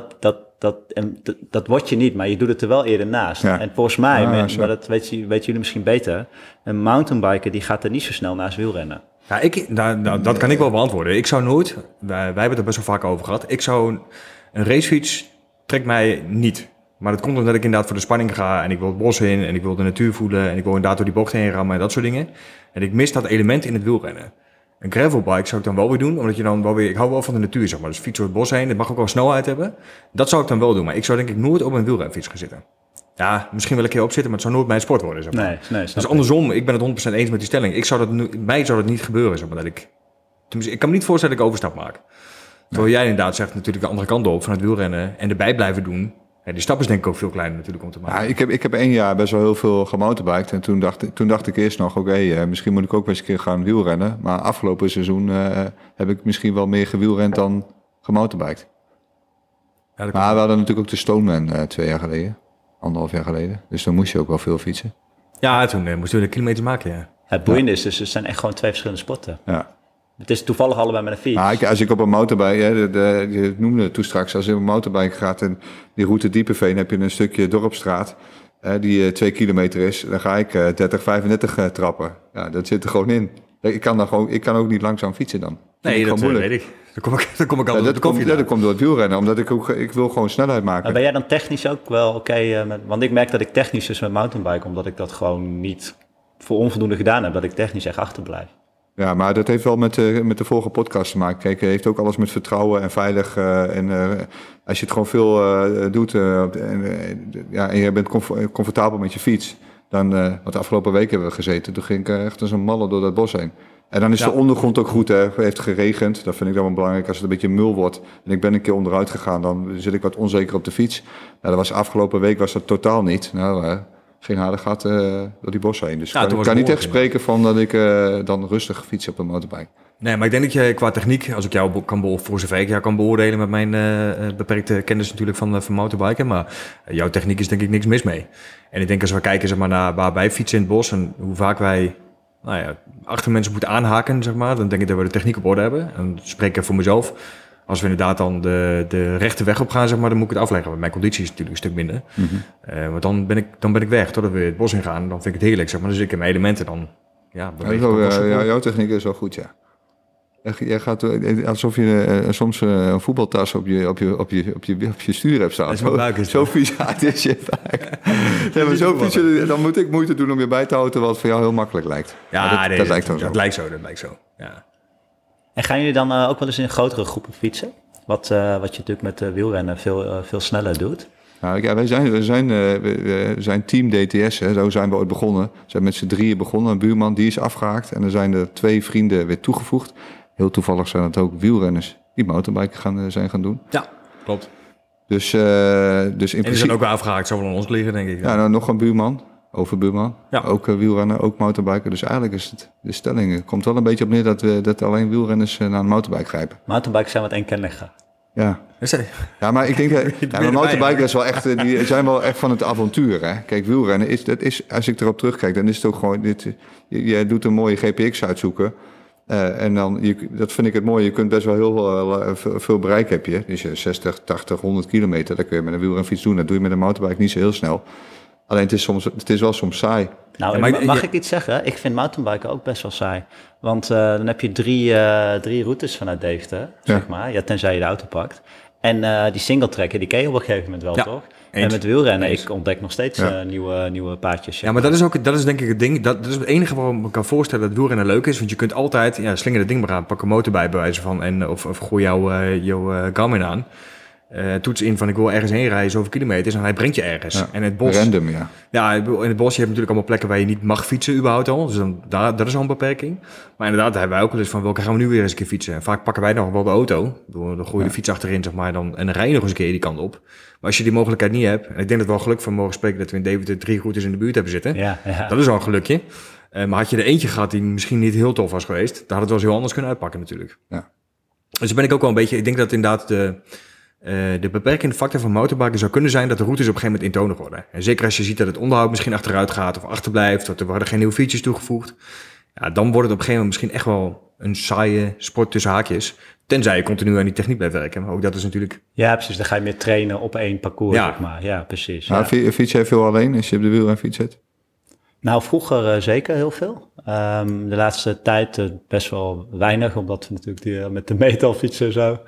dat word je niet, maar je doet het er wel eerder naast. Ja. En volgens mij, maar dat weten jullie misschien beter... een mountainbiker die gaat er niet zo snel naast wielrennen. Ja, dat kan ik wel beantwoorden. Ik zou nooit, wij hebben het er best wel vaak over gehad... een racefiets trekt mij niet. Maar dat komt omdat ik inderdaad voor de spanning ga... en ik wil het bos in en ik wil de natuur voelen... en ik wil inderdaad door die bocht heen rammen en dat soort dingen. En ik mis dat element in het wielrennen. Een gravelbike zou ik dan wel weer doen, omdat je dan wel weer... Ik hou wel van de natuur, zeg maar. Dus fiets door het bos heen, het mag ook wel snelheid hebben. Dat zou ik dan wel doen, maar ik zou denk ik nooit op een wielrenfiets gaan zitten. Ja, misschien wel een keer op zitten, maar het zou nooit mijn sport worden, zeg maar. Nee, dus andersom, ik ben het 100% eens met die stelling. Mij zou dat niet gebeuren, zeg maar. Ik kan me niet voorstellen dat ik overstap maak. Terwijl jij inderdaad zegt natuurlijk de andere kant op van het wielrennen... en erbij blijven doen... Ja, die stap is denk ik ook veel kleiner natuurlijk om te maken. Ja, ik heb 1 jaar best wel heel veel gemotorbiked. En toen dacht ik eerst nog, misschien moet ik ook wel eens een keer gaan wielrennen. Maar afgelopen seizoen heb ik misschien wel meer gewielrend dan gemotorbiked. Ja, maar we hadden natuurlijk ook de Stoneman 2 jaar geleden. 1,5 jaar geleden. Dus dan moest je ook wel veel fietsen. Ja, toen moesten we de kilometers maken, ja. Het boeiende is dus, het zijn echt gewoon 2 verschillende sporten. Ja. Het is toevallig allebei met een fiets. Als ik op een motorbike, je noemde het toen straks, als je op een motorbike gaat en die route Diepenveen, heb je een stukje dorpstraat die 2 kilometer is. Dan ga ik 30, 35 trappen. Ja, dat zit er gewoon in. Ik kan ook niet langzaam fietsen dan. Nee, dat weet ik. Dan kom ik al dat komt door het wielrennen, omdat ik wil gewoon snelheid maken. Maar ben jij dan technisch ook wel oké? Want ik merk dat ik technisch dus met mountainbike, omdat ik dat gewoon niet voor onvoldoende gedaan heb, dat ik technisch echt achterblijf. Ja, maar dat heeft wel met de vorige podcast te maken. Kijk, het heeft ook alles met vertrouwen en veilig. Als je het gewoon veel doet en je bent comfortabel met je fiets... dan, want de afgelopen week hebben we gezeten, toen ging ik echt als een malle door dat bos heen. En dan is de ondergrond ook goed, hè. Het heeft geregend, dat vind ik dan wel belangrijk. Als het een beetje mul wordt en ik ben een keer onderuit gegaan... dan zit ik wat onzeker op de fiets. Nou, dat was afgelopen week was dat totaal niet. Nou, geen harde gat door die bossen heen. Dus ik toen kan niet echt spreken van dat ik dan rustig fiets op een motorbike. Nee, maar ik denk dat je qua techniek, als ik jou voor zover ik jou kan beoordelen met mijn beperkte kennis natuurlijk van motorbiken, maar jouw techniek is denk ik niks mis mee. En ik denk als we kijken zeg maar, naar waar wij fietsen in het bos en hoe vaak wij achter mensen moeten aanhaken, zeg maar, dan denk ik dat we de techniek op orde hebben. En dan spreek ik voor mezelf. Als we inderdaad dan de rechte weg op gaan, zeg maar, dan moet ik het afleggen. Want mijn conditie is natuurlijk een stuk minder. Mm-hmm. Want dan ben ik weg totdat we het bos in gaan. Dan vind ik het heerlijk, zeg maar. Dus ik heb mijn elementen dan. Jouw techniek is wel goed, ja. Jij gaat alsof je soms een voetbaltas op je stuur hebt staan. Zo vies is je buik. Ja, maar zo fietsen, dan moet ik moeite doen om je bij te houden, wat voor jou heel makkelijk lijkt. Ja, dat lijkt zo. Dat lijkt zo. Ja. En gaan jullie dan ook wel eens in grotere groepen fietsen? Wat je natuurlijk met wielrennen veel sneller doet. Nou, ja, we zijn team DTS, hè. Zo zijn we ooit begonnen. We zijn met z'n drieën begonnen. Een buurman, die is afgehaakt. En er zijn er 2 vrienden weer toegevoegd. Heel toevallig zijn het ook wielrenners die mountainbiken zijn gaan doen. Ja, klopt. Dus in principe... die zijn ook weer afgehaakt, zou wel aan ons liggen, denk ik. Ja, nou, nog een buurman. Overbuurman. Ja. Ook wielrennen, ook mountainbiken. Dus eigenlijk is het de stelling. Komt wel een beetje op neer dat alleen wielrenners naar een mountainbike grijpen. Mountainbikes zijn wat eenkenniger. Ja. Ja, maar ik denk dat mountainbikers wel echt, die zijn wel echt van het avontuur. Hè? Kijk, wielrennen is, als ik erop terugkijk, dan is het ook gewoon je doet een mooie GPX uitzoeken. En dan, dat vind ik het mooie, je kunt best wel heel veel bereik heb je. Dus je 60, 80, 100 kilometer, dat kun je met een wielrenfiets doen. Dat doe je met een mountainbike niet zo heel snel. Alleen het is wel soms saai. Nou, mag ik iets zeggen? Ik vind mountainbiken ook best wel saai. Want dan heb je drie routes vanuit Deventer, zeg maar. Ja, tenzij je de auto pakt. En die singletrekken, die ken je op een gegeven moment wel, toch? Eens. En met wielrennen, ik ontdek nog steeds nieuwe paadjes. Ja, maar dat is denk ik het ding. Dat is het enige waarom ik me kan voorstellen dat wielrennen leuk is. Want je kunt altijd, slinger dat ding maar aan, pak een motor bij wijze van. Of gooi jouw Garmin aan. Toets in van ik wil ergens heen rijden, zoveel kilometers, en hij brengt je ergens. Ja, en het bos, random, ja. Ja, in het bos, je hebt natuurlijk allemaal plekken waar je niet mag fietsen überhaupt al. Dus dat is al een beperking. Maar inderdaad, daar hebben wij ook wel eens van, welke gaan we nu weer eens een keer fietsen? En vaak pakken wij nog wel de auto. Dan gooi je de fiets achterin, zeg maar, en dan rij je nog eens een keer die kant op. Maar als je die mogelijkheid niet hebt, en ik denk dat we wel geluk van mogen spreken dat we in Deventer 3 routes in de buurt hebben zitten. Ja. Dat is al een gelukje. Maar had je er eentje gehad die misschien niet heel tof was geweest, dan had het wel eens heel anders kunnen uitpakken natuurlijk. Ja. Dus dan ben ik ook wel een beetje, ik denk dat inderdaad de beperkende factor van motorbiken zou kunnen zijn dat de routes op een gegeven moment eentonig worden. En zeker als je ziet dat het onderhoud misschien achteruit gaat of achterblijft, of er worden geen nieuwe features toegevoegd. Ja, dan wordt het op een gegeven moment misschien echt wel een saaie sport tussen haakjes. Tenzij je continu aan die techniek blijft werken. Maar ook dat is natuurlijk... Ja, precies. Dan ga je meer trainen op één parcours, zeg maar. Ja, precies. Ja. Fiets jij veel alleen als je op de wielrenfiets zit? Nou, vroeger zeker heel veel. De laatste tijd best wel weinig, omdat we natuurlijk met de metal fietsen en zo.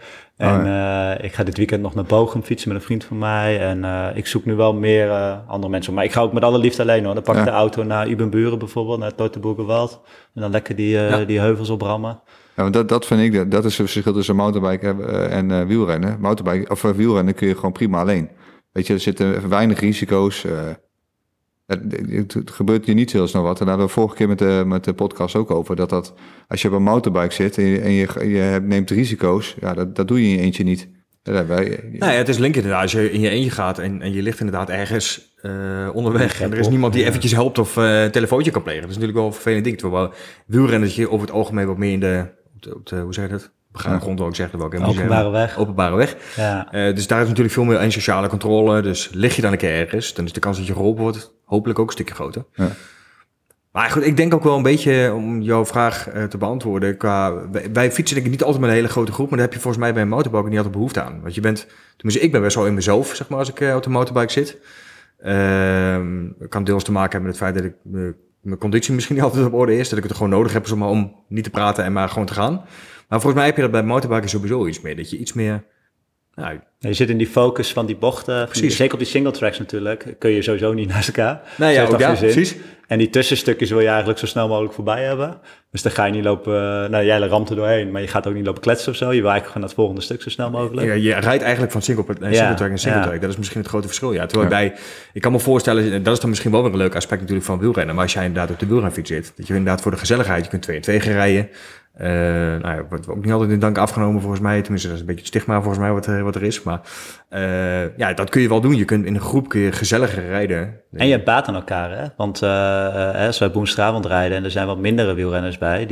En ik ga dit weekend nog naar Bochum fietsen met een vriend van mij. En ik zoek nu wel meer andere mensen. Maar ik ga ook met alle liefde alleen hoor. Dan pak ik de auto naar Ibenburen bijvoorbeeld, naar Teutoburgerwald. En dan lekker die heuvels oprammen. Ja, want dat vind ik, dat is het verschil tussen mountainbike en wielrennen. Wielrennen kun je gewoon prima alleen. Weet je, er zitten weinig risico's. Het gebeurt je niet heel snel wat. En daar hadden we vorige keer met de podcast ook over. Dat als je op een mountainbike zit en je neemt risico's, ja, dat doe je in je eentje niet. Het is link inderdaad. Als je in je eentje gaat en je ligt inderdaad ergens onderweg en er is niemand die eventjes helpt of een telefoontje kan plegen. Dat is natuurlijk wel een vervelend ding. Terwijl wielrennen dat je over het algemeen wat meer in hoe zeg je dat? Begaande grond wil ik zeggen. Openbare weg. Ja. Dus daar is natuurlijk veel meer sociale controle. Dus lig je dan een keer ergens, dan is de kans dat je geholpen wordt hopelijk ook een stukje groter. Ja. Maar goed, ik denk ook wel een beetje om jouw vraag te beantwoorden. Wij fietsen denk ik niet altijd met een hele grote groep, maar daar heb je volgens mij bij een motorbike niet altijd behoefte aan. Want ik ben best wel in mezelf, zeg maar, als ik op de motorbike zit. Kan deels te maken hebben met het feit dat ik mijn conditie misschien niet altijd op orde is. Dat ik het gewoon nodig heb om niet te praten en maar gewoon te gaan. Maar volgens mij heb je dat bij motorbike sowieso iets meer. Dat je iets meer... je zit in die focus van die bochten. Zeker op die single tracks natuurlijk. Kun je sowieso niet naast elkaar. Nee, precies. En die tussenstukjes wil je eigenlijk zo snel mogelijk voorbij hebben. Dus dan ga je niet lopen... jij ramt er doorheen, maar je gaat ook niet lopen kletsen of zo. Je wil eigenlijk gewoon naar het volgende stuk zo snel mogelijk. Ja, je rijdt eigenlijk van single track naar single track. Dat is misschien het grote verschil. Ja. Terwijl ik kan me voorstellen, dat is dan misschien wel weer een leuk aspect natuurlijk van wielrennen. Maar als jij inderdaad op de wielrenfiets zit, dat je inderdaad voor de gezelligheid, je kunt 2 en 2 gaan rijden. Wordt ook niet altijd in dank afgenomen volgens mij. Tenminste, dat is een beetje het stigma volgens mij wat er is. Maar dat kun je wel doen. Je kunt in een groep gezelliger rijden. En je hebt baat aan elkaar, hè? Want als wij Boenstravond rijden en er zijn wat mindere wielrenners bij,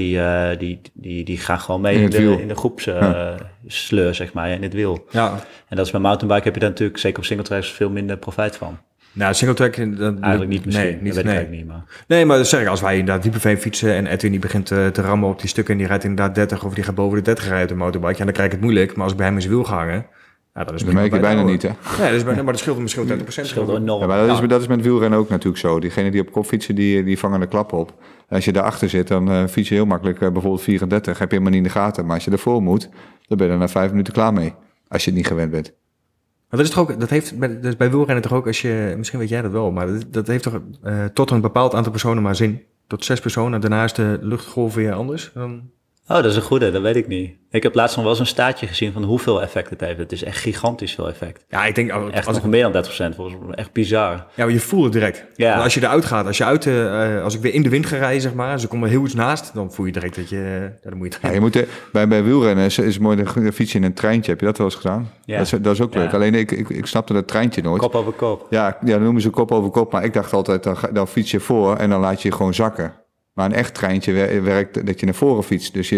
die gaan gewoon mee in de groepssleur, zeg maar, in het wiel. Ja. En dat is bij mountainbike heb je daar natuurlijk, zeker op singletracks, veel minder profijt van. Nou, singletrack... Eigenlijk niet misschien, nee, dat weet ik eigenlijk niet. Maar. Nee, maar dat zeg ik, als wij inderdaad Diepeveen fietsen en Edwin die begint te rammen op die stukken en die rijdt inderdaad 30 of die gaat boven de 30 rijden op de motorbike, dan krijg ik het moeilijk. Maar als ik bij hem in zijn wiel ga hangen, dat is... Dat merk je bijna niet, hè? Nee, maar dat scheelt misschien 30%. Dat scheelt enorm. Ja, maar dat is met wielrennen ook natuurlijk zo. Diegenen die op kop fietsen, die vangen de klap op. En als je daarachter zit, dan fiets je heel makkelijk bijvoorbeeld 34. Heb je helemaal niet in de gaten. Maar als je ervoor moet, dan ben je er na 5 minuten klaar mee. Als je het niet gewend bent. Maar dat is toch ook, dat heeft bij wielrennen toch ook, als je, misschien weet jij dat wel, maar dat heeft toch tot een bepaald aantal personen maar zin. Tot 6 personen, daarna is de luchtgolf weer anders. Oh, dat is een goede, dat weet ik niet. Ik heb laatst nog wel eens een staartje gezien van hoeveel effect het heeft. Het is echt gigantisch veel effect. Ja, ik denk... Echt nog meer dan 30%, volgens mij echt bizar. Ja, maar je voelt het direct. Ja. Want als je eruit gaat, als ik weer in de wind ga rijden, zeg maar, ze komen heel iets naast, dan voel je direct dat je... dan moet je je moet bij wielrennen is mooi, de fiets in een treintje. Heb je dat wel eens gedaan? Ja. Dat is ook leuk. Alleen ik snapte dat treintje nooit. Kop over kop. Ja, dat noemen ze kop over kop. Maar ik dacht altijd, dan fiets je voor en dan laat je gewoon zakken. Maar een echt treintje werkt dat je naar voren fietst. Dus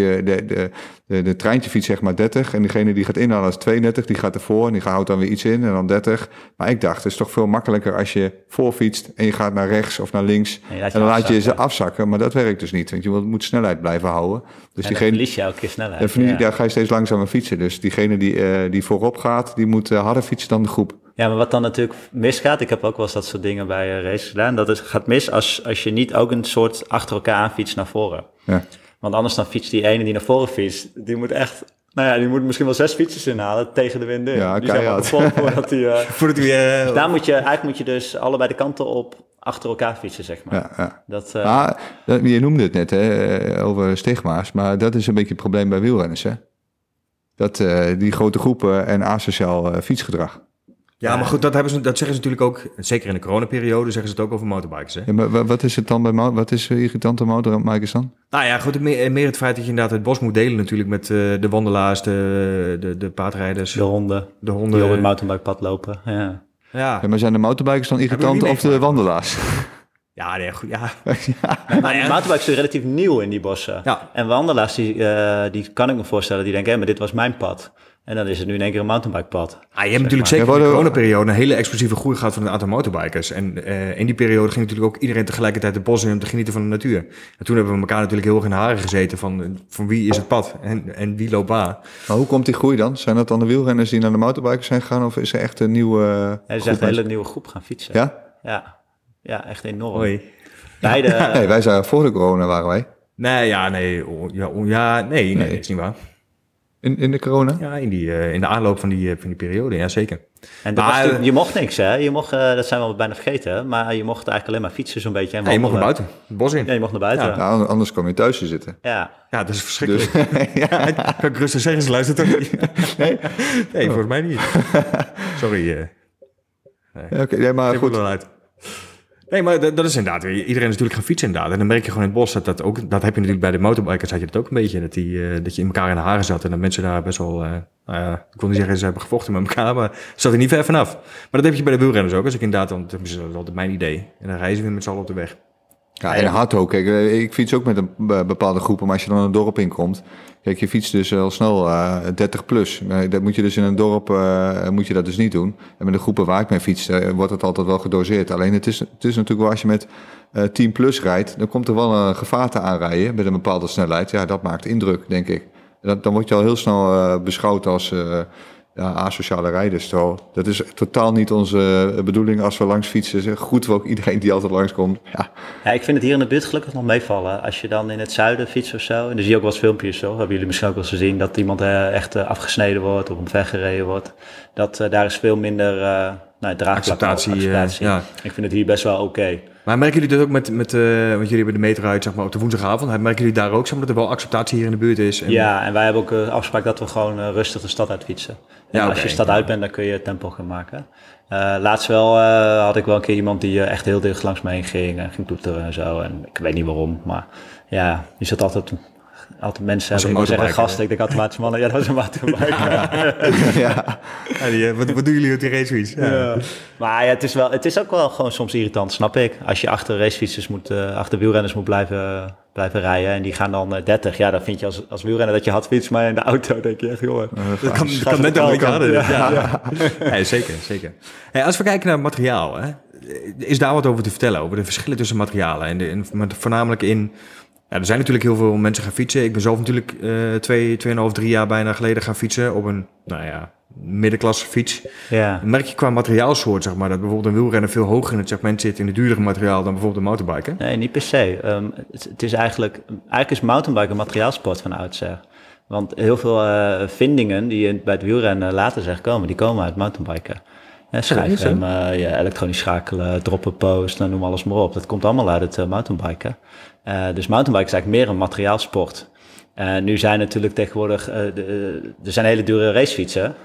de treintje fietst zeg maar 30. En degene die gaat inhalen is 32. Die gaat ervoor en die houdt dan weer iets in en dan 30. Maar ik dacht, het is toch veel makkelijker als je voorfietst en je gaat naar rechts of naar links. En dan laat je ze afzakken. Maar dat werkt dus niet. Want je moet snelheid blijven houden. Dus dan verlies je elke keer snelheid. Daar ga je steeds langzamer fietsen. Dus diegene die voorop gaat, die moet harder fietsen dan de groep. Ja, maar wat dan natuurlijk misgaat, ik heb ook wel eens dat soort dingen bij races gedaan, dat het gaat mis als je niet ook een soort achter elkaar aanfietst naar voren. Ja. Want anders dan fietst die ene die naar voren fietst, die moet echt, die moet misschien wel 6 fietsers inhalen tegen de wind in. Ja, die zijn wel voordat die... Dus daar moet je dus allebei de kanten op achter elkaar fietsen, zeg maar. Ja. Je noemde het net over stigma's, maar dat is een beetje het probleem bij wielrenners, hè? Dat die grote groepen en asociaal fietsgedrag. Ja, maar goed, dat zeggen ze natuurlijk ook, zeker in de coronaperiode, zeggen ze het ook over motorbikers. Hè? Ja, maar wat is het dan wat is irritant aan motorbikers dan? Nou ja, goed, meer het feit dat je inderdaad het bos moet delen natuurlijk met de wandelaars, de paardrijders. De honden die op het mountainbikepad lopen, ja, maar zijn de motorbikers dan irritant of de wandelaars? Ja, nee, goed, ja. Maar mountainbikers zijn relatief nieuw in die bossen. Ja. En wandelaars, die kan ik me voorstellen, die denken, maar dit was mijn pad. En dan is het nu in één keer een mountainbikepad. Je hebt natuurlijk zeker in de coronaperiode een hele explosieve groei gehad van het aantal motorbikers. En in die periode ging natuurlijk ook iedereen tegelijkertijd de bos in om te genieten van de natuur. En toen hebben we elkaar natuurlijk heel erg in de haren gezeten van wie is het pad en wie loopt waar. Maar hoe komt die groei dan? Zijn dat dan de wielrenners die naar de motorbikers zijn gegaan of is er echt een nieuwe er is echt een hele nieuwe groep gaan fietsen. Ja? Ja, echt enorm. Hoi. Nee, wij zijn voor de corona waren wij. Nee, dat is niet waar. In de corona? Ja, in de aanloop van die periode, ja zeker. En je mocht niks, hè? Dat zijn we bijna vergeten, maar je mocht eigenlijk alleen maar fietsen zo'n beetje. En je mocht naar buiten, het bos in. Ja, je mocht naar buiten. Ja, anders kwam je thuis te zitten. Ja, dat is verschrikkelijk. Dus, kan ik rustig zeggen, ze luistert toch niet? Nee, volgens mij niet. Sorry. Oké, maar goed. Nee, maar dat is inderdaad, iedereen is natuurlijk gaan fietsen inderdaad. En dan merk je gewoon in het bos, dat heb je natuurlijk bij de motorbikers, had je dat ook een beetje. Dat je in elkaar in de haren zat en dat mensen daar best wel, ik kon niet zeggen ze hebben gevochten met elkaar, maar zat er niet ver vanaf. Maar dat heb je bij de wielrenners ook, als ik inderdaad, dat is altijd mijn idee. En dan reizen we met z'n allen op de weg. Ja, en hard ook. Kijk, ik fiets ook met een bepaalde groepen, maar als je dan een dorp inkomt, kijk, je fietst dus al snel 30 plus. Dat moet je dus in een dorp, moet je dat dus niet doen. En met de groepen waar ik mee fiets, wordt het altijd wel gedoseerd. Alleen het is natuurlijk wel, als je met 10 plus rijdt, dan komt er wel een gevaarte aanrijden met een bepaalde snelheid. Ja, dat maakt indruk, denk ik. Dan word je al heel snel beschouwd als asociale rijders. Dat is totaal niet onze bedoeling als we langs fietsen. Groeten we ook iedereen die altijd langskomt. Ja, ik vind het hier in de buurt gelukkig nog meevallen. Als je dan in het zuiden fietst of zo, en dan zie je ook wel eens filmpjes zo. Hebben jullie misschien ook wel eens gezien dat iemand echt afgesneden wordt of omvergereden wordt. Daar is veel minder acceptatie. Ja. Ik vind het hier best wel oké. Maar merken jullie dat ook met want jullie hebben de meter uit, zeg maar, op de woensdagavond. Merken jullie daar ook, zeg maar, dat er wel acceptatie hier in de buurt is? En wij hebben ook afspraak dat we gewoon rustig de stad uit fietsen. En als je stad uit bent, dan kun je tempo gaan maken. Laatst had ik wel een keer iemand die echt heel dicht langs me heen ging en ging toeteren en zo. En ik weet niet waarom, maar ja, die zat altijd altijd mensen hebben. Ik wil zeggen gasten, ik denk automatische mannen. Ja, dat was een mountainbiker. Ja. Wat doen jullie op die racefiets? Ja. Maar ja, het is ook wel gewoon soms irritant, snap ik. Als je achter racefietsers achter wielrenners moet blijven rijden en die gaan dan 30. Ja, dan vind je als wielrenner dat je hard fietst, maar in de auto denk je echt, joh. Dat kan net aan elkaar. Ja, zeker. Hey, als we kijken naar het materiaal, hè, is daar wat over te vertellen, over de verschillen tussen materialen. En voornamelijk in... Ja, er zijn natuurlijk heel veel mensen gaan fietsen. Ik ben zelf natuurlijk 2,5-3 jaar bijna geleden gaan fietsen op een, middenklasse fiets. Ja. Merk je qua materiaalsoort, zeg maar, dat bijvoorbeeld een wielrenner veel hoger in het segment zit in het duurdere materiaal dan bijvoorbeeld een mountainbiker? Nee, niet per se. Het is eigenlijk is mountainbiken een materiaalsport van oudsher. Want heel veel vindingen die je bij het wielrennen later zijn gekomen, die komen uit mountainbiken. Schijfrem, elektronisch schakelen, droppen post, noem alles maar op. Dat komt allemaal uit het mountainbiken. Dus mountainbiken is eigenlijk meer een materiaalsport. Nu zijn natuurlijk tegenwoordig, er zijn hele dure racefietsen.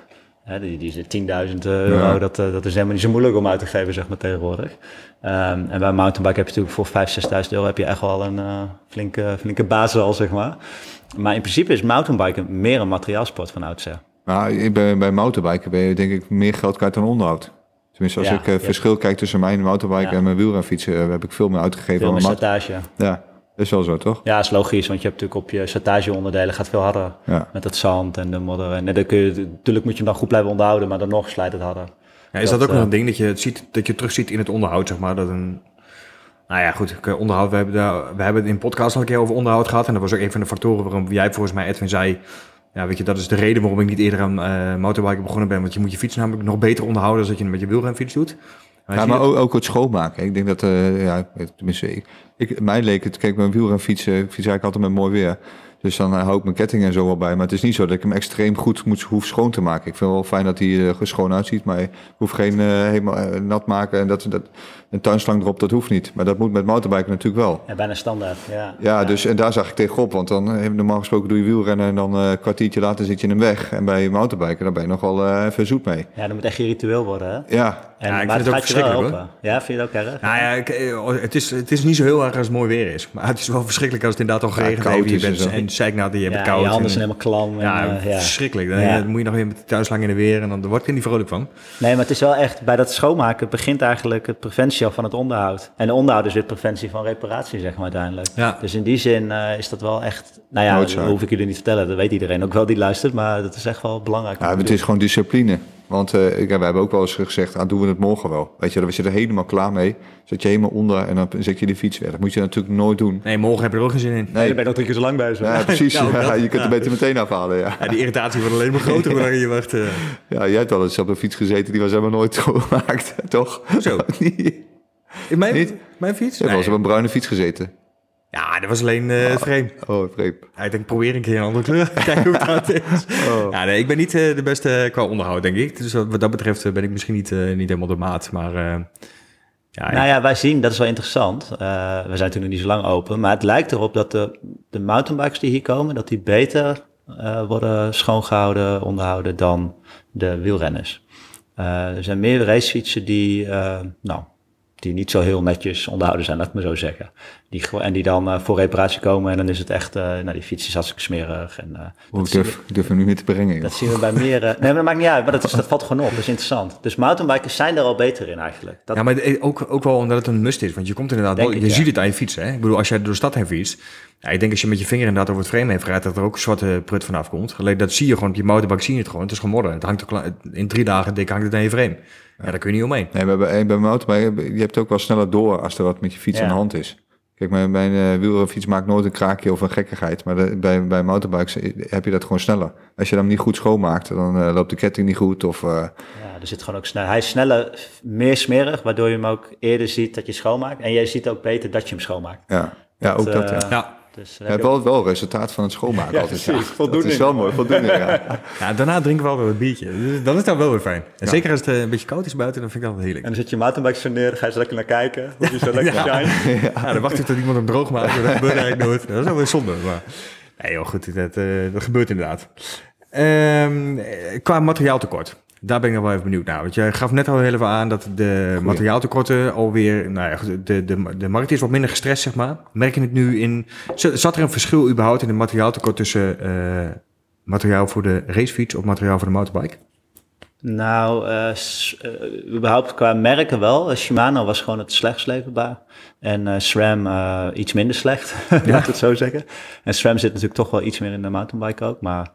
Die 10.000 euro, ja. Dat is helemaal niet zo moeilijk om uit te geven, zeg maar, tegenwoordig. En bij mountainbike heb je natuurlijk voor 5.000-6.000 euro heb je echt wel een flinke basis al, zeg maar. Maar in principe is mountainbiken meer een materiaalsport van oudsher. Nou, bij mountainbiken ben je denk ik meer geld kwijt dan onderhoud. Tenminste, als ik verschil kijk tussen mijn mountainbike en mijn wielrenfietsen, heb ik veel meer uitgegeven. Veel meer slijtage. Ja, dat is wel zo, toch? Ja, dat is logisch, want je hebt natuurlijk op je slijtageonderdelen gaat veel harder. Ja. Met het zand en de modder. En dan natuurlijk moet je hem dan goed blijven onderhouden, maar dan nog slijt het harder. Ja, is dat ook nog een ding dat je het ziet, dat je terug ziet in het onderhoud, zeg maar? Dat een... Nou ja, goed, onderhoud, we hebben het in de podcast al een keer over onderhoud gehad. En dat was ook een van de factoren waarom jij volgens mij, Edwin, zei... Ja, weet je, dat is de reden waarom ik niet eerder aan mountainbiken begonnen ben. Want je moet je fiets namelijk nog beter onderhouden dan dat je het met je wielrenfiets doet. Maar ook het schoonmaken. Ik denk dat, tenminste, mij leek het, kijk, mijn wielrenfiets, ik fiets eigenlijk altijd met mooi weer. Dus dan hou ik mijn ketting en zo wel bij. Maar het is niet zo dat ik hem extreem goed hoef schoon te maken. Ik vind het wel fijn dat hij er schoon uitziet. Maar ik hoef geen helemaal nat maken. En dat een tuinslang erop, dat hoeft niet. Maar dat moet met mountainbiken natuurlijk wel. Ja, bijna standaard. Ja, dus en daar zag ik tegenop. Want dan normaal gesproken doe je wielrennen en dan een kwartiertje later zit je in hem weg. En bij mountainbiken, dan ben je nog wel even zoet mee. Ja, dat moet echt je ritueel worden, hè? Ja. En, ik vind het ook verschrikkelijk, hoor. Ja, vind je het ook erg? Nou ja, het is niet zo heel erg als het mooi weer is. Maar het is wel verschrikkelijk als het inderdaad al geregend heeft. Je bent en zeiknat en je hebt koud. Je handen zijn helemaal klam. Verschrikkelijk. Dan moet je nog weer met de tuinslang in de weer en dan word je er niet vrolijk van. Nee, maar het is wel echt, bij dat schoonmaken begint eigenlijk het preventie al van het onderhoud. En de onderhoud is weer preventie van reparatie, zeg maar, uiteindelijk. Ja. Dus in die zin is dat wel echt, dat hoef ik jullie niet te vertellen. Dat weet iedereen ook wel die luistert, maar dat is echt wel belangrijk. Ja, het is gewoon discipline. Want we hebben ook wel eens gezegd, doen we het morgen wel. Weet je, dan was je er helemaal klaar mee. Zet je helemaal onder en dan zet je de fiets weer. Dat moet je natuurlijk nooit doen. Nee, morgen heb je er ook geen zin in. Nee, dan ben je nog 3 keer zo lang bij. Ja, precies. Je kunt er beter meteen afhalen. Ja. Ja, die irritatie wordt alleen maar groter hoe langer je wacht. Ja, jij hebt wel eens op een fiets gezeten, die was helemaal nooit gemaakt, toch? Zo. In mijn fiets? Je hebt wel eens op een bruine fiets gezeten. Ja, dat was alleen het frame. Oh, frame. Ik denk, probeer een keer een andere kleur. Kijk hoe dat is. Ja, nee, ik ben niet de beste qua onderhoud, denk ik. Dus wat dat betreft ben ik misschien niet helemaal de maat. Maar wij zien, dat is wel interessant. We zijn natuurlijk nog niet zo lang open. Maar het lijkt erop dat de mountainbikers die hier komen, dat die beter worden schoongehouden, onderhouden dan de wielrenners. Er zijn meer racefietsen die niet zo heel netjes onderhouden zijn, laat ik maar zo zeggen. Die dan voor reparatie komen en dan is het echt, die fiets is hartstikke smerig. Ik durf hem nu niet te brengen. Dat zien we bij meer... nee, maar dat maakt niet uit, maar dat valt gewoon op, dat is interessant. Dus mountainbikers zijn daar al beter in eigenlijk. Ja, maar ook wel omdat het een must is, want je komt inderdaad... Je ziet het aan je fiets, hè? Ik bedoel, als jij door de stad heen fietst... Ja, ik denk als je met je vinger inderdaad over het frame heen rijdt, dat er ook een zwarte prut vanaf komt. Dat zie je gewoon, op je mountainbike zie je het gewoon. Het is gewoon modder. Het hangt in 3 dagen dik hangt het aan je frame. Ja, daar kun je niet omheen. Nee, bij mountainbike, je hebt ook wel sneller door als er wat met je fiets aan de hand is. Kijk, mijn wielrenfiets maakt nooit een kraakje of een gekkigheid. Maar bij mountainbikes heb je dat gewoon sneller. Als je hem niet goed schoonmaakt, dan loopt de ketting niet goed. Er zit gewoon ook snel. Hij is sneller, meer smerig, waardoor je hem ook eerder ziet dat je schoonmaakt. En jij ziet ook beter dat je hem schoonmaakt. Ja, ook dat. Ja. Dus je hebt wel resultaat van het schoonmaken altijd. Precies, voldoening. Dat is wel mooi, voldoening. Ja, daarna drinken we wel weer een biertje. Dan is dat wel weer fijn. En zeker als het een beetje koud is buiten, dan vind ik dat wel heerlijk. En dan zit je mountainbike zo neer, dan ga je zo lekker naar kijken. Hoe je zo lekker shine. Ja, dan wacht ik tot iemand hem droog maakt. Dat gebeurt eigenlijk nooit. Dat is wel weer zonde. Maar nee joh, goed, dat gebeurt inderdaad. Qua materiaaltekort. Daar ben ik nog wel even benieuwd naar. Want jij gaf net al heel even aan dat de materiaaltekorten alweer... Nou ja, de markt is wat minder gestrest, zeg maar. Merk je het nu in... Zat er een verschil überhaupt in het materiaaltekort tussen materiaal voor de racefiets of materiaal voor de motorbike? Nou, überhaupt qua merken wel. Shimano was gewoon het slechtst leverbaar. En SRAM iets minder slecht, laat ik het zo zeggen. En SRAM zit natuurlijk toch wel iets meer in de mountainbike ook. Maar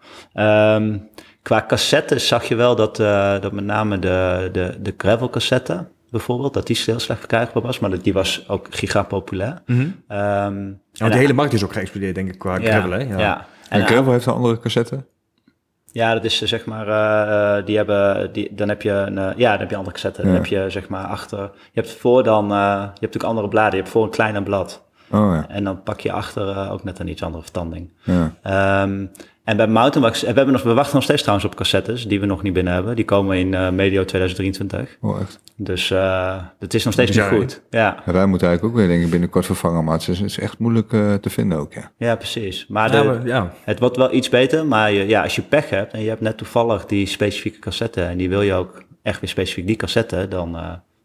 qua cassettes zag je wel dat met name de gravel cassette bijvoorbeeld, dat die heel slecht verkrijgbaar was. Maar die was ook giga populair. Mm-hmm. De hele markt is ook geëxplodeerd, denk ik, qua gravel. Hè? Ja. En gravel heeft een andere cassette? Ja, dat is zeg maar, dan heb je een andere cassette. Dan heb je zeg maar achter, je hebt natuurlijk andere bladen. Je hebt voor een kleiner blad. Oh, ja. En dan pak je achter ook net een iets andere vertanding. Ja. En bij mountainbikes, we wachten nog steeds trouwens op cassettes die we nog niet binnen hebben. Die komen in medio 2023. Oh, echt? Dus het is nog steeds niet goed. Ja. Wij moeten eigenlijk ook weer denk ik binnenkort vervangen, maar het is echt moeilijk te vinden ook. Ja, ja precies. Maar het wordt wel iets beter, maar als je pech hebt en je hebt net toevallig die specifieke cassette en die wil je ook echt weer specifiek die cassette, dan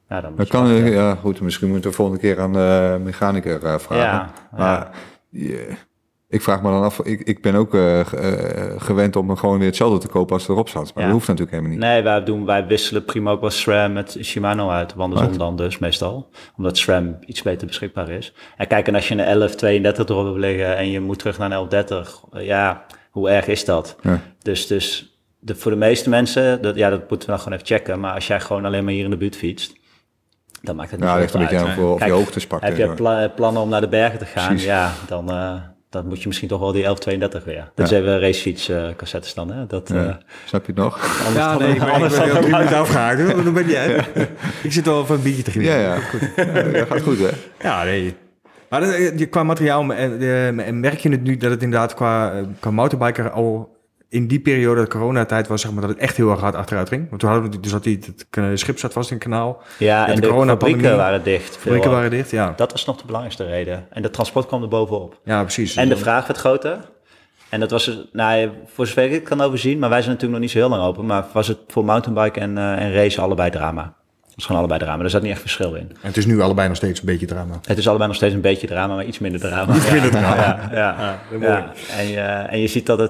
goed, misschien moeten we volgende keer aan de mechanicus vragen. Ja, maar ik vraag me dan af, ik ben ook gewend om gewoon weer hetzelfde te kopen als het erop staat. Maar dat hoeft natuurlijk helemaal niet. Nee, wij wisselen prima ook wel SRAM met Shimano uit. Andersom dan dus meestal. Omdat SRAM iets beter beschikbaar is. En kijk, en als je een 1132 erop wil liggen en je moet terug naar een 1130. Hoe erg is dat? Ja. Dus voor de meeste mensen, dat moeten we dan gewoon even checken. Maar als jij gewoon alleen maar hier in de buurt fietst, dan maakt het niet ligt een beetje aan of je hoogtes pakt. Heb je plannen om naar de bergen te gaan? Precies. Ja, dan moet je misschien toch wel die 1132 weer. Dat zijn we racefiets cassettes dan, hè? Snap je het nog? Ik ben ook niet meer afgehaakt. Dan ben jij. Ik zit al van een biertje te genieten. Ja. Dat gaat goed, hè? Ja, nee. Maar qua materiaal, merk je het nu dat het inderdaad qua motorbiker al in die periode, de coronatijd was, zeg maar, dat het echt heel erg hard achteruit ging. Want toen hadden we dus het schip zat vast in het kanaal. Ja, en de fabrieken waren dicht. Fabrieken waren dicht, ja. Dat was nog de belangrijkste reden. En de transport kwam er bovenop. Ja, precies. En de vraag werd groter. En dat was, voor zover ik het kan overzien, maar wij zijn natuurlijk nog niet zo heel lang open, maar was het voor mountainbike en race allebei drama. Het was gewoon allebei drama, er zat niet echt verschil in. En het is nu allebei nog steeds een beetje drama. Het is allebei nog steeds een beetje drama, maar iets minder drama. Iets minder drama. Ja. En je ziet dat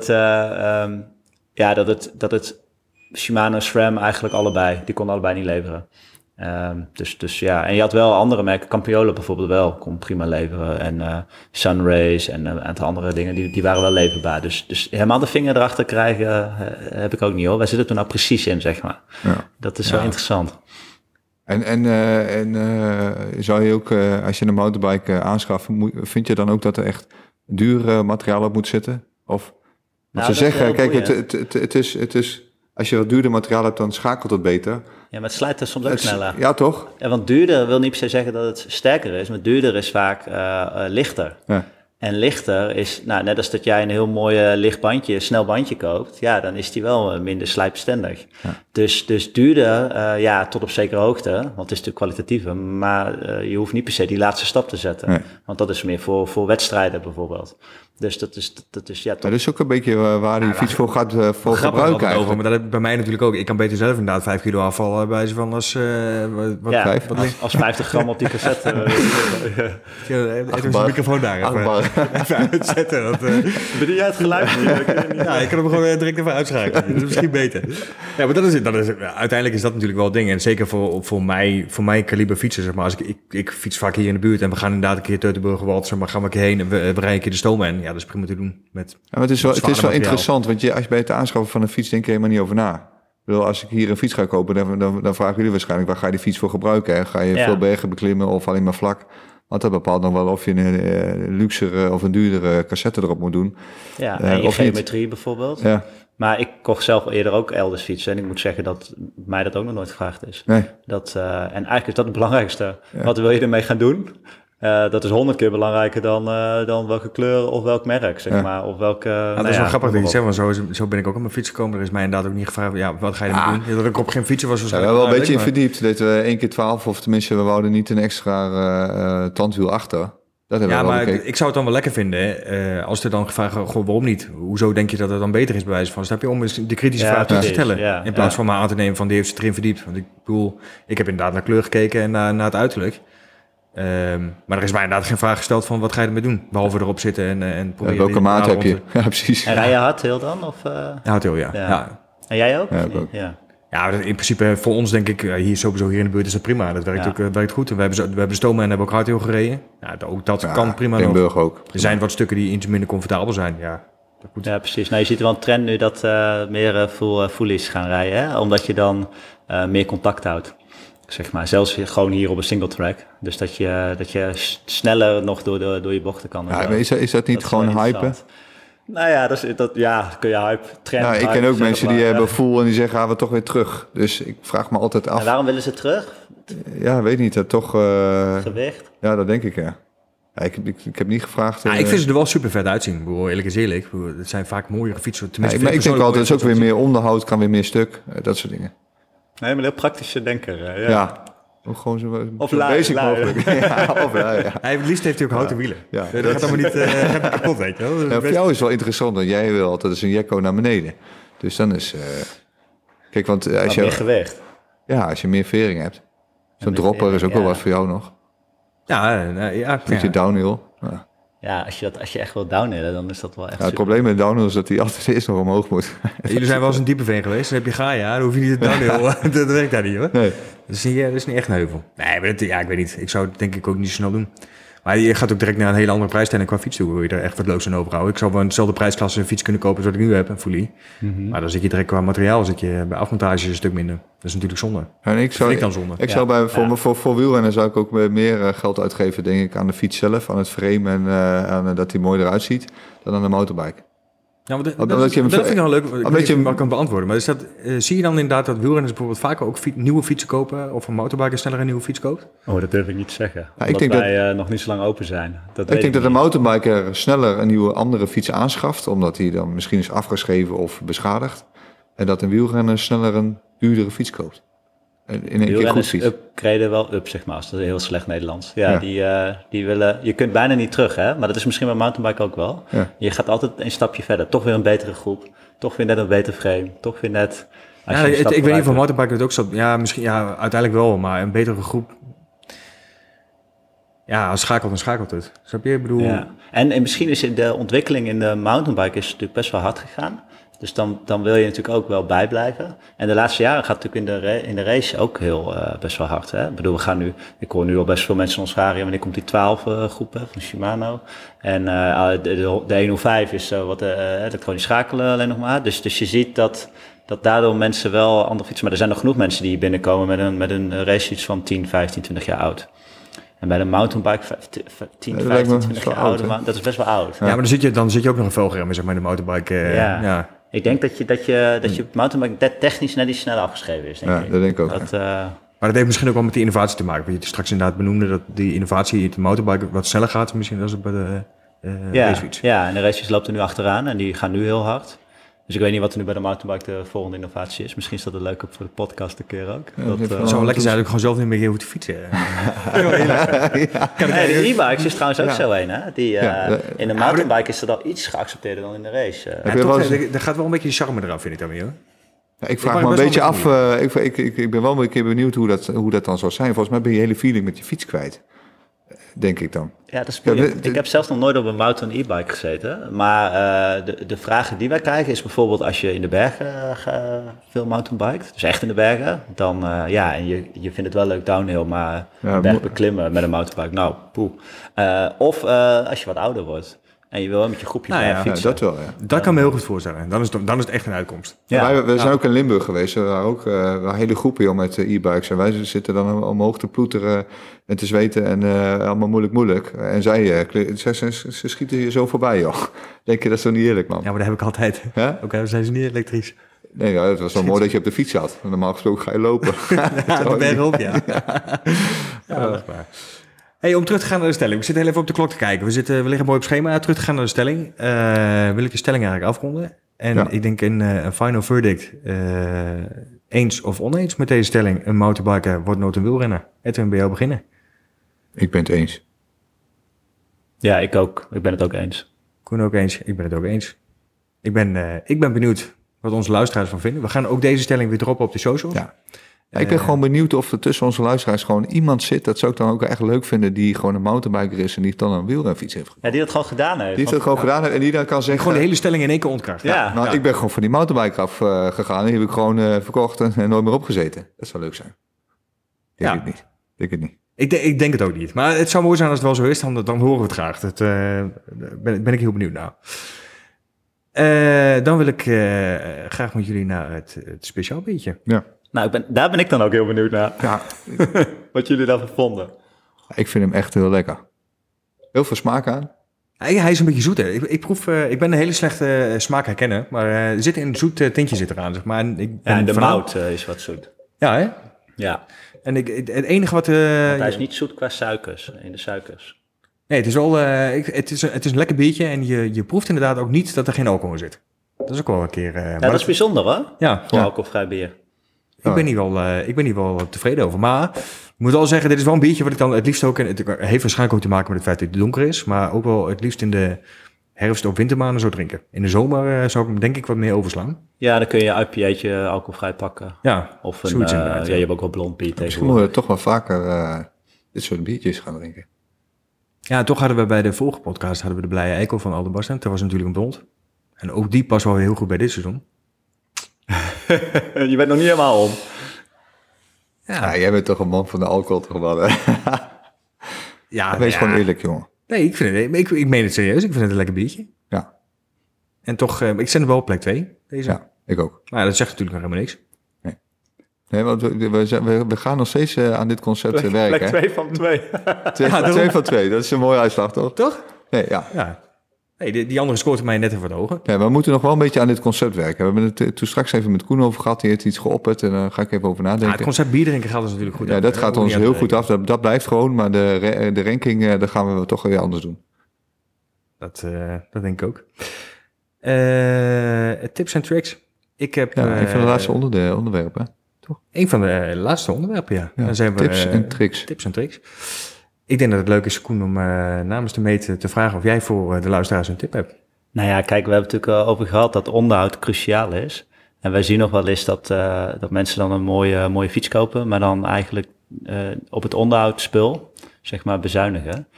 het Shimano SRAM eigenlijk allebei, die konden allebei niet leveren. Dus ja, en je had wel andere merken, Campiola bijvoorbeeld wel, kon prima leveren. En Sunrace en een aantal andere dingen, die waren wel leverbaar. Dus helemaal de vinger erachter krijgen heb ik ook niet hoor. Wij zitten er nou precies in, zeg maar. Ja. Dat is wel interessant. En zou je ook, als je een motorbike aanschaft, vind je dan ook dat er echt duur materiaal op moet zitten? Of ze zeggen, kijk, het is, als je wat duurder materiaal hebt, dan schakelt het beter. Ja, maar het slijt er soms ook sneller. Ja, toch? Ja, want duurder wil niet per se zeggen dat het sterker is, maar duurder is vaak lichter. Ja. En lichter is, net als dat jij een heel mooi licht bandje, snel bandje koopt, ja, dan is die wel minder slijpbestendig. Ja. Dus duurder, tot op zekere hoogte, want het is natuurlijk kwalitatiever, maar je hoeft niet per se die laatste stap te zetten. Nee. Want dat is meer voor wedstrijden bijvoorbeeld. Dus dat is ja. Dat is ook een beetje waar die fiets voor gaat voor gebruiken eigenlijk. Over, maar dat heb ik bij mij natuurlijk ook. Ik kan beter zelf inderdaad 5 kilo afvallen bij ze van als als 50 gram op die cassette. Even een microfoon daar even uitzetten. Ben jij het geluid? Ja, ik kan hem gewoon direct even uitschakelen. Dat is misschien beter. Ja, maar dat is uiteindelijk is dat natuurlijk wel het ding. En zeker voor mij kaliber fietsen, zeg maar. Als ik fiets vaak hier in de buurt en we gaan inderdaad een keer Teutoburger Wald, maar gaan we een keer heen en we rijden een keer de stoom in. Ja, dat is prima te doen. Het is wel interessant, want als je bij het aanschaffen van een fiets denk je helemaal niet over na. Ik bedoel, als ik hier een fiets ga kopen, dan vragen jullie waarschijnlijk, waar ga je die fiets voor gebruiken? Hè? Ga je veel bergen beklimmen of alleen maar vlak? Want dat bepaalt dan wel of je een luxere of een duurdere cassette erop moet doen. Ja, en je geometrie bijvoorbeeld. Ja. Maar ik kocht zelf eerder ook elders fietsen. En ik moet zeggen dat mij dat ook nog nooit gevraagd is. Nee. En eigenlijk is dat het belangrijkste. Ja. Wat wil je ermee gaan doen? Dat is 100 keer belangrijker dan welke kleur of welk merk, zeg maar. Of welke, dat is wel grappig dat je zegt, want zo ben ik ook op mijn fiets gekomen. Er is mij inderdaad ook niet gevraagd, wat ga je ermee doen? Dat ik op geen fietsen was. We hebben wel een beetje verdiept. Dat we 1 keer 12, of tenminste, we wouden niet een extra tandwiel achter. Dat hebben Ja, we wel maar bekeken. ik zou het dan wel lekker vinden als er dan gevraagd wordt, goh, waarom niet? Hoezo denk je dat het dan beter is bij wijze van? Snap je? Om eens de kritische vraag te precies, stellen. ja. In plaats van maar aan te nemen van die heeft zich erin verdiept. Want ik bedoel, ik heb inderdaad naar kleur gekeken en naar het uiterlijk. Maar er is mij inderdaad geen vraag gesteld van wat ga je ermee doen? Behalve erop zitten en proberen... Welke maat heb je? Ja, precies. En rij je hardtail dan? Of, Ja, heel ja. Ja. Ja. En jij ook? Ja, Of ik niet? ook. Ja. Ja, in principe voor ons denk ik, hier sowieso hier in de buurt is dat prima. Dat werkt ook werkt goed. En we hebben de Stoma en hebben ook hardtail gereden. Ja, ook dat kan prima nog. Limburg ook. Er zijn wat stukken die iets minder comfortabel zijn. Ja, goed. Ja, precies. Nou, je ziet wel een trend nu dat meer fullies gaan rijden, hè? Omdat je dan meer contact houdt. Zeg maar, zelfs gewoon hier op een single track. Dus dat je sneller nog door je bochten kan. Ja, maar is dat niet Dat is gewoon wel hypen? interessant. Nou ja, kun je hype, trend. Ja, ik hype, ken ook zeg mensen maar, die hebben full en die zeggen gaan we toch weer terug. Dus ik vraag me altijd En af. waarom willen ze terug? Ja, weet niet. Dat toch... Gewicht? Ja, dat denk ik, ja. Ja, ik heb niet gevraagd... Ja, ik vind ze er wel super vet uitzien. Ik bedoel, eerlijk is eerlijk. Ik bedoel, het zijn vaak mooiere fietsen. Ja, Tenminste, maar ik denk altijd, het is ook weer meer. meer onderhoud, kan weer meer stuk. Dat soort dingen. Nee, maar heel praktische denker. Ja. Ook gewoon zo Of zo lui, basic lui. mogelijk. Ja, of lui, ja. Het liefst heeft hij ook houten wielen. Ja, Dat gaat allemaal niet kapot, weet je wel. Dat is Ja, voor best- jou is het wel interessant, want jij wil altijd eens een jekko naar beneden. Dus dan is... Kijk, want als Maar meer je, gewicht. als je meer vering hebt. Zo'n meer dropper is ook vering, wel ja. wat voor jou nog. Ja, Met je downhill. Ja. Ja, als je echt wil downhillen, dan is dat wel echt Ja, het super. probleem met downhill is dat hij altijd eerst nog omhoog moet. Jullie zijn wel eens een diepe veen geweest. Dan heb je Gaia, dan hoef je niet het downhill. Dat werkt daar niet, hoor. Nee. Dat is niet echt een heuvel. Nee, maar ik weet niet. Ik zou het denk ik ook niet zo snel doen. Maar je gaat ook direct naar een hele andere prijsstelling qua fiets toe. Wil je er echt wat leuks aan overhouden. Ik zou wel in dezelfde prijsklasse een fiets kunnen kopen zoals ik nu heb, een Fully. Maar dan zit je direct qua materiaal, bij afmontage een stuk minder. Dat is natuurlijk zonde. En ik zou, Vind ik dan zonde. Ik zou voor wielrennen zou ik ook meer geld uitgeven, denk ik, aan de fiets zelf, aan het frame en aan dat hij mooi eruit ziet, dan aan de motorbike. Ja, want Omdat je hem- dat vind ik wel leuk. Ik weet niet of je hem je- wel kan beantwoorden. Maar is dat, zie je dan inderdaad dat wielrenners bijvoorbeeld vaker ook nieuwe fietsen kopen? Of een motorbiker sneller een nieuwe fiets koopt? Oh, dat durf ik niet te zeggen. Ja, ik Omdat denk wij nog niet zo lang open zijn. Ik denk dat een motorbiker sneller een nieuwe andere fiets aanschaft, omdat hij dan misschien is afgeschreven of beschadigd. En dat een wielrenner sneller een duurdere fiets koopt. En in één keer goed fiets. upgraden wel up, zeg maar, als dat is heel slecht Nederlands. Ja, Ja. die willen... Je kunt bijna niet terug, hè? Maar dat is misschien bij mountainbike ook wel. Ja. Je gaat altijd een stapje verder. Toch weer een betere groep. Toch weer net een beter frame. Toch weer net... als Ja, je een stap ik weet niet vooruit of een doet. motorbiker het ook zo... Ja, misschien, ja, uiteindelijk wel, maar een betere groep... Ja, als schakelt, dan schakelt het. Snap je? Ik bedoel... Ja. En misschien is de ontwikkeling in de mountainbike is natuurlijk best wel hard gegaan. Dus dan wil je natuurlijk ook wel bijblijven. En de laatste jaren gaat het natuurlijk in de race ook heel best wel hard. Hè? Ik bedoel, ik hoor nu al best veel mensen ons vragen, wanneer komt die 12 groep van Shimano? En de 105 is wat elektronisch schakelen alleen nog maar. Dus je ziet dat daardoor mensen wel andere fietsen... Maar er zijn nog genoeg mensen die hier binnenkomen met een racefiets van 10, 15, 20 jaar oud. En bij de mountainbike 10, dat lijkt 15, me 20 zo jaar oud, ouder, hè? maar dat is best wel oud. Ja, maar dan zit je ook nog een velgrem, zeg maar, in de motorbike. Ja. Ik denk dat je mountainbike technisch net iets sneller afgeschreven is, denk Ja, ik. dat denk ik ook. Maar dat heeft misschien ook wel met die innovatie te maken. Wat je straks inderdaad benoemde, dat die innovatie in de motorbike wat sneller gaat misschien dan bij de racefiets. Ja, en de racefiets loopt er nu achteraan en die gaan nu heel hard. Dus ik weet niet wat er nu bij de mountainbike de volgende innovatie is. Misschien staat het leuk op voor de podcast een keer ook. Ja, Dat, dat Het zou wel lekker zijn dat ik gewoon zelf niet meer hoef te fietsen. de e-bikes is trouwens ook zo een, hè? In de maar mountainbike is dat al iets geaccepteerder dan in de race. Heb je wel eens- Er gaat wel een beetje de charme eraf, vind ik dan weer. Hoor. Ja, ik vraag mag me een best beetje wel af, ik ben wel een keer benieuwd hoe dat dan zou zijn. Volgens mij ben je hele feeling met je fiets kwijt, denk ik dan. Ja, dat is Ja, moeilijk. Ik heb zelfs nog nooit op een mountain e-bike gezeten. Maar de vragen die wij krijgen is bijvoorbeeld als je in de bergen veel mountainbiked, dus echt in de bergen, dan en je vindt het wel leuk downhill, maar een berg beklimmen met een mountainbike, nou, poeh. Of als je wat ouder wordt en je wil wel met je groepje Nou fietsen. Ja, dat wel, ja. Dat kan me heel goed voorstellen. Dan is het echt een uitkomst. Ja. We zijn ook in Limburg geweest. Er waren ook een hele groepen joh, met e-bikes. En wij zitten dan omhoog te ploeteren en te zweten en allemaal moeilijk. En ze schieten je zo voorbij, joh. Denk je, dat is toch niet eerlijk, man? Ja, maar dat heb ik altijd. Ja? Oké, zijn ze niet elektrisch. Nee, ja, het was wel mooi dat je op de fiets zat. Normaal gesproken ga je lopen. De berg op, ja. Dat is waar. Hey, om terug te gaan naar de stelling. We zitten heel even op de klok te kijken. We liggen mooi op schema. Terug te gaan naar de stelling. Wil ik de stelling eigenlijk afronden. En ik denk een final verdict. Eens of oneens met deze stelling. Een motorbiker wordt nooit een wielrenner. Edwin, bij jou beginnen. Ik ben het eens. Ja, ik ook. Ik ben het ook eens. Koen ook eens. Ik ben het ook eens. Ik ben benieuwd wat onze luisteraars van vinden. We gaan ook deze stelling weer droppen op de socials. Ja. Ja, ik ben gewoon benieuwd of er tussen onze luisteraars gewoon iemand zit. Dat zou ik dan ook echt leuk vinden. Die gewoon een mountainbiker is en die dan een wielrenfiets heeft gedaan. Ja, die dat gewoon gedaan heeft. Die heeft het gewoon gedaan en die dan kan zeggen... Gewoon de hele stelling in één keer ontkracht. Ja. Nou, ik ben gewoon van die mountainbiker afgegaan. Die heb ik gewoon verkocht en nooit meer opgezeten. Dat zou leuk zijn. Denk ik niet. Denk het niet. Ik denk het ook niet. Maar het zou mooi zijn als het wel zo is. Dan horen we het graag. Dat ben ik heel benieuwd naar. Dan wil ik graag met jullie naar het speciaal beetje. Ja. Nou, daar ben ik dan ook heel benieuwd naar. Ja. Wat jullie daarvan vonden. Ik vind hem echt heel lekker. Heel veel smaak aan. Hij is een beetje zoet. Hè. Ik ben een hele slechte smaak herkennen. Maar er zit een zoet tintje zit eraan, zeg maar. En ik ben de mout is wat zoet. Ja, hè? Ja. En het enige wat... Want hij is niet zoet qua suikers, in de suikers. Nee, het is wel... het is een lekker biertje en je proeft inderdaad ook niet dat er geen alcohol in zit. Dat is ook wel een keer... ja, dat is bijzonder, hè? Ja. Voor alcoholvrij bier. Ik ben hier wel tevreden over. Maar ik moet wel zeggen, dit is wel een biertje wat ik dan het liefst ook... Het heeft waarschijnlijk ook te maken met het feit dat het donker is. Maar ook wel het liefst in de herfst- of wintermaanden zou drinken. In de zomer zou ik hem denk ik wat meer overslaan. Ja, dan kun je een IPA'tje alcoholvrij pakken. Ja, Of zoiets je inderdaad. hebt ook wel blond bier Misschien tegenwoordig. moeten we toch wel vaker dit soort biertjes gaan drinken. Ja, toch hadden we bij de vorige podcast de Blije Eikel van Aldebasten. Dat was natuurlijk een blond. En ook die past wel heel goed bij dit seizoen. Je bent nog niet helemaal om. Ja, jij bent toch een man van de alcohol toch wel, hè? Ja, Wees gewoon eerlijk, jongen. Nee, ik meen het serieus. Ik vind het een lekker biertje. Ja. En toch, ik zet hem wel op plek 2, deze. Ja, ik ook. Maar ja, dat zegt natuurlijk nog helemaal niks. Nee, want we gaan nog steeds aan dit concept werken. Plek 2 van 2. Twee van twee, dat is een mooie uitslag, toch? Toch? Nee, ja. Ja. Nee, die andere scoort mij net even voor de ogen. Ja, we moeten nog wel een beetje aan dit concept werken. We hebben het toen straks even met Koen over gehad. Die heeft iets geopperd en daar ga ik even over Ja, nadenken. het concept bier drinken gaat ons natuurlijk goed af. Ja, dat gaat ons heel goed af. Dat blijft gewoon. Maar de ranking, dat gaan we toch weer anders doen. Dat denk ik ook. Tips en tricks. Ik heb... Ja, een van de laatste onderwerpen. Een van de laatste onderwerpen, ja. Ja, Dan zijn we, tips en tricks. Tips en tricks. Ik denk dat het leuk is, Koen, om namens de meet te vragen of jij voor de luisteraars een tip hebt. Nou ja, kijk, we hebben het natuurlijk over gehad dat onderhoud cruciaal is. En wij zien nog wel eens dat mensen dan een mooie fiets kopen, maar dan eigenlijk op het onderhoudsspul, zeg maar, bezuinigen.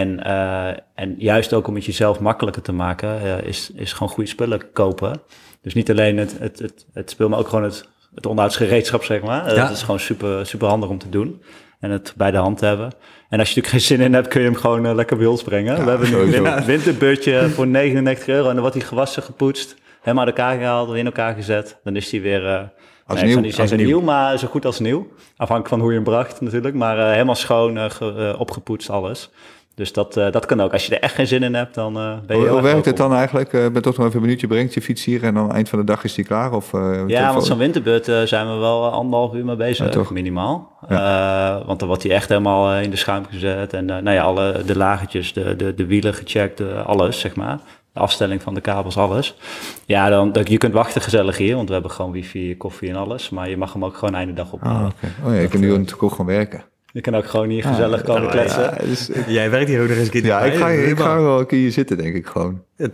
En juist ook om het jezelf makkelijker te maken, is gewoon goede spullen kopen. Dus niet alleen het spul, maar ook gewoon het onderhoudsgereedschap, zeg maar. Ja. Dat is gewoon super, super handig om te doen. En het bij de hand hebben. En als je natuurlijk geen zin in hebt, kun je hem gewoon lekker bij ons brengen. Ja, we hebben sowieso. een winterbudje voor €99 en dan wordt hij gewassen, gepoetst, helemaal uit elkaar gehaald, weer in elkaar gezet. Dan is hij weer, Als ik nieuw, zou niet zeggen als nieuw. nieuw, maar zo goed als nieuw. Afhankelijk van hoe je hem bracht natuurlijk, maar helemaal schoon, opgepoetst, alles. Dus dat kan ook. Als je er echt geen zin in hebt, dan ben je heel Hoe erg werkt het welkom. dan eigenlijk? Ik ben toch nog even benieuwd. Je brengt je fiets hier en dan eind van de dag is die klaar? Of, Ja, want zo'n winterbeurt zijn we wel 1,5 uur mee bezig, Ja, toch? minimaal. Want dan wordt hij echt helemaal in de schuim gezet. En de lagertjes, de wielen gecheckt, alles, zeg maar. De afstelling van de kabels, alles. Ja, je kunt wachten gezellig hier, want we hebben gewoon wifi, koffie en alles. Maar je mag hem ook gewoon einde dag ophalen. oké. Oh ja, ik kan nu natuurlijk ook gewoon werken. Je kan ook gewoon hier gezellig komen kletsen. Ja, dus, Jij werkt hier ook nog eens een keer. ja, ik ga wel een keer hier zitten, denk ik gewoon. Het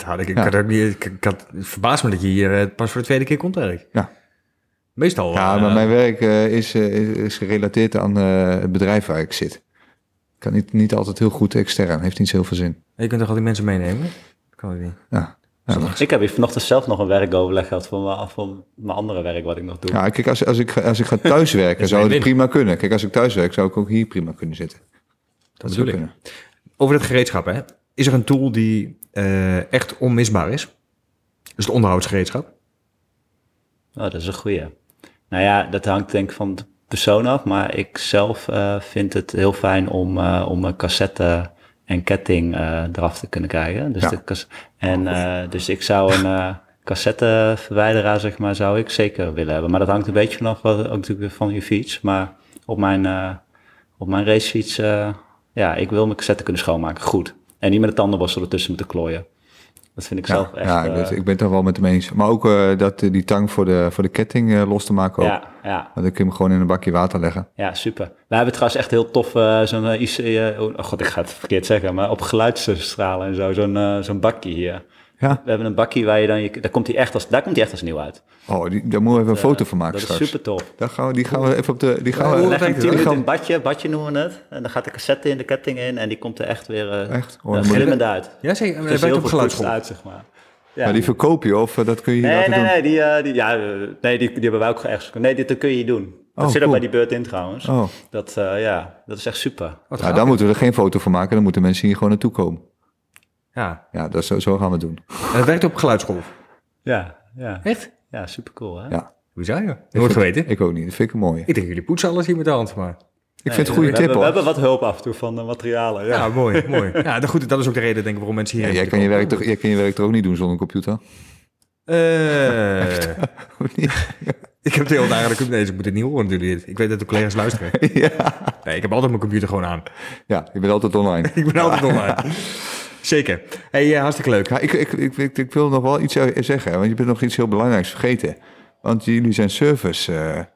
verbaast me dat je hier pas voor de tweede keer komt, eigenlijk. Ja. Meestal. Ja, maar mijn werk is gerelateerd aan het bedrijf waar ik zit. Ik kan niet altijd heel goed extern. Heeft niet zoveel zin. Je kunt toch al die mensen meenemen? Dat kan het niet. Ja. Ja, Ik heb hier vanochtend zelf nog een werkoverleg gehad voor mijn andere werk wat ik nog doe. ja, kijk, als ik ga thuiswerken, is zou het win-win. prima kunnen. Kijk, als ik thuis werk, zou ik ook hier prima kunnen zitten. Dat zou bedoel ik. kunnen. Over het gereedschap, hè. Is er een tool die echt onmisbaar is? Dus het onderhoudsgereedschap? Oh, dat is een goeie. Nou ja, dat hangt denk ik van de persoon af. Maar ik zelf vind het heel fijn om een cassette en ketting eraf te kunnen krijgen. Dus, Ja. dus ik zou een cassetteverwijderaar, zeg maar, zou ik zeker willen hebben. Maar dat hangt een beetje vanaf ook natuurlijk van je fiets. Maar op mijn racefiets, ik wil mijn cassette kunnen schoonmaken. Goed. En niet met de tandenborstel ertussen moeten klooien. Dat vind ik zelf echt... Ja, ik ben het er wel met hem eens. Maar ook dat die tang voor de ketting los te maken ook. Ja. Want dan kun je hem gewoon in een bakje water leggen. Ja, super. We hebben trouwens echt heel tof zo'n IC... oh god, ik ga het verkeerd zeggen, maar op geluidsstralen en zo. Zo'n bakje hier. Ja. We hebben een bakje waar je dan... Daar komt hij echt als nieuw uit. Oh, daar moeten we even een foto van maken dat straks. Dat is super tof. Die gaan we even op de... We leggen 10 minuten in een badje noemen we het. En dan gaat de cassette in de ketting in en die komt er echt weer glimmend uit. Ja, zeker. Het is heel veel uit, zeg maar. Ja. Maar die verkoop je of dat kun je hier laten doen? Nee, die hebben wij ook ergens. Nee, dat kun je doen. Dat zit ook bij die beurt in trouwens. Oh. Dat is echt super. Daar moeten we er geen foto van maken. Dan moeten mensen hier gewoon naartoe komen. Ja, Zo gaan we het doen. En het werkt op geluidsgolf. Ja. Echt? Ja, super cool, hè? Ja. Hoe zou je? Nooit geweten. Ik ook niet. Dat vind ik mooi. Ik denk jullie poetsen alles hier met de hand, maar... Ik vind het een goede tip, hoor. We hebben wat hulp af en toe van de materialen. Ja, mooi. Ja, goed, dat is ook de reden, denk ik, waarom mensen hier... Jij kan je werk toch ook niet doen zonder computer? Ik heb het heel duidelijk... Nee, ze moeten het niet horen natuurlijk. Ik weet dat de collega's luisteren. Ja. Nee, ik heb altijd mijn computer gewoon aan. Ja, je bent altijd online. Ik ben altijd online. Zeker. Hey, hartstikke leuk. Ja, ik wil nog wel iets zeggen, want je bent nog iets heel belangrijks vergeten. Want jullie zijn service...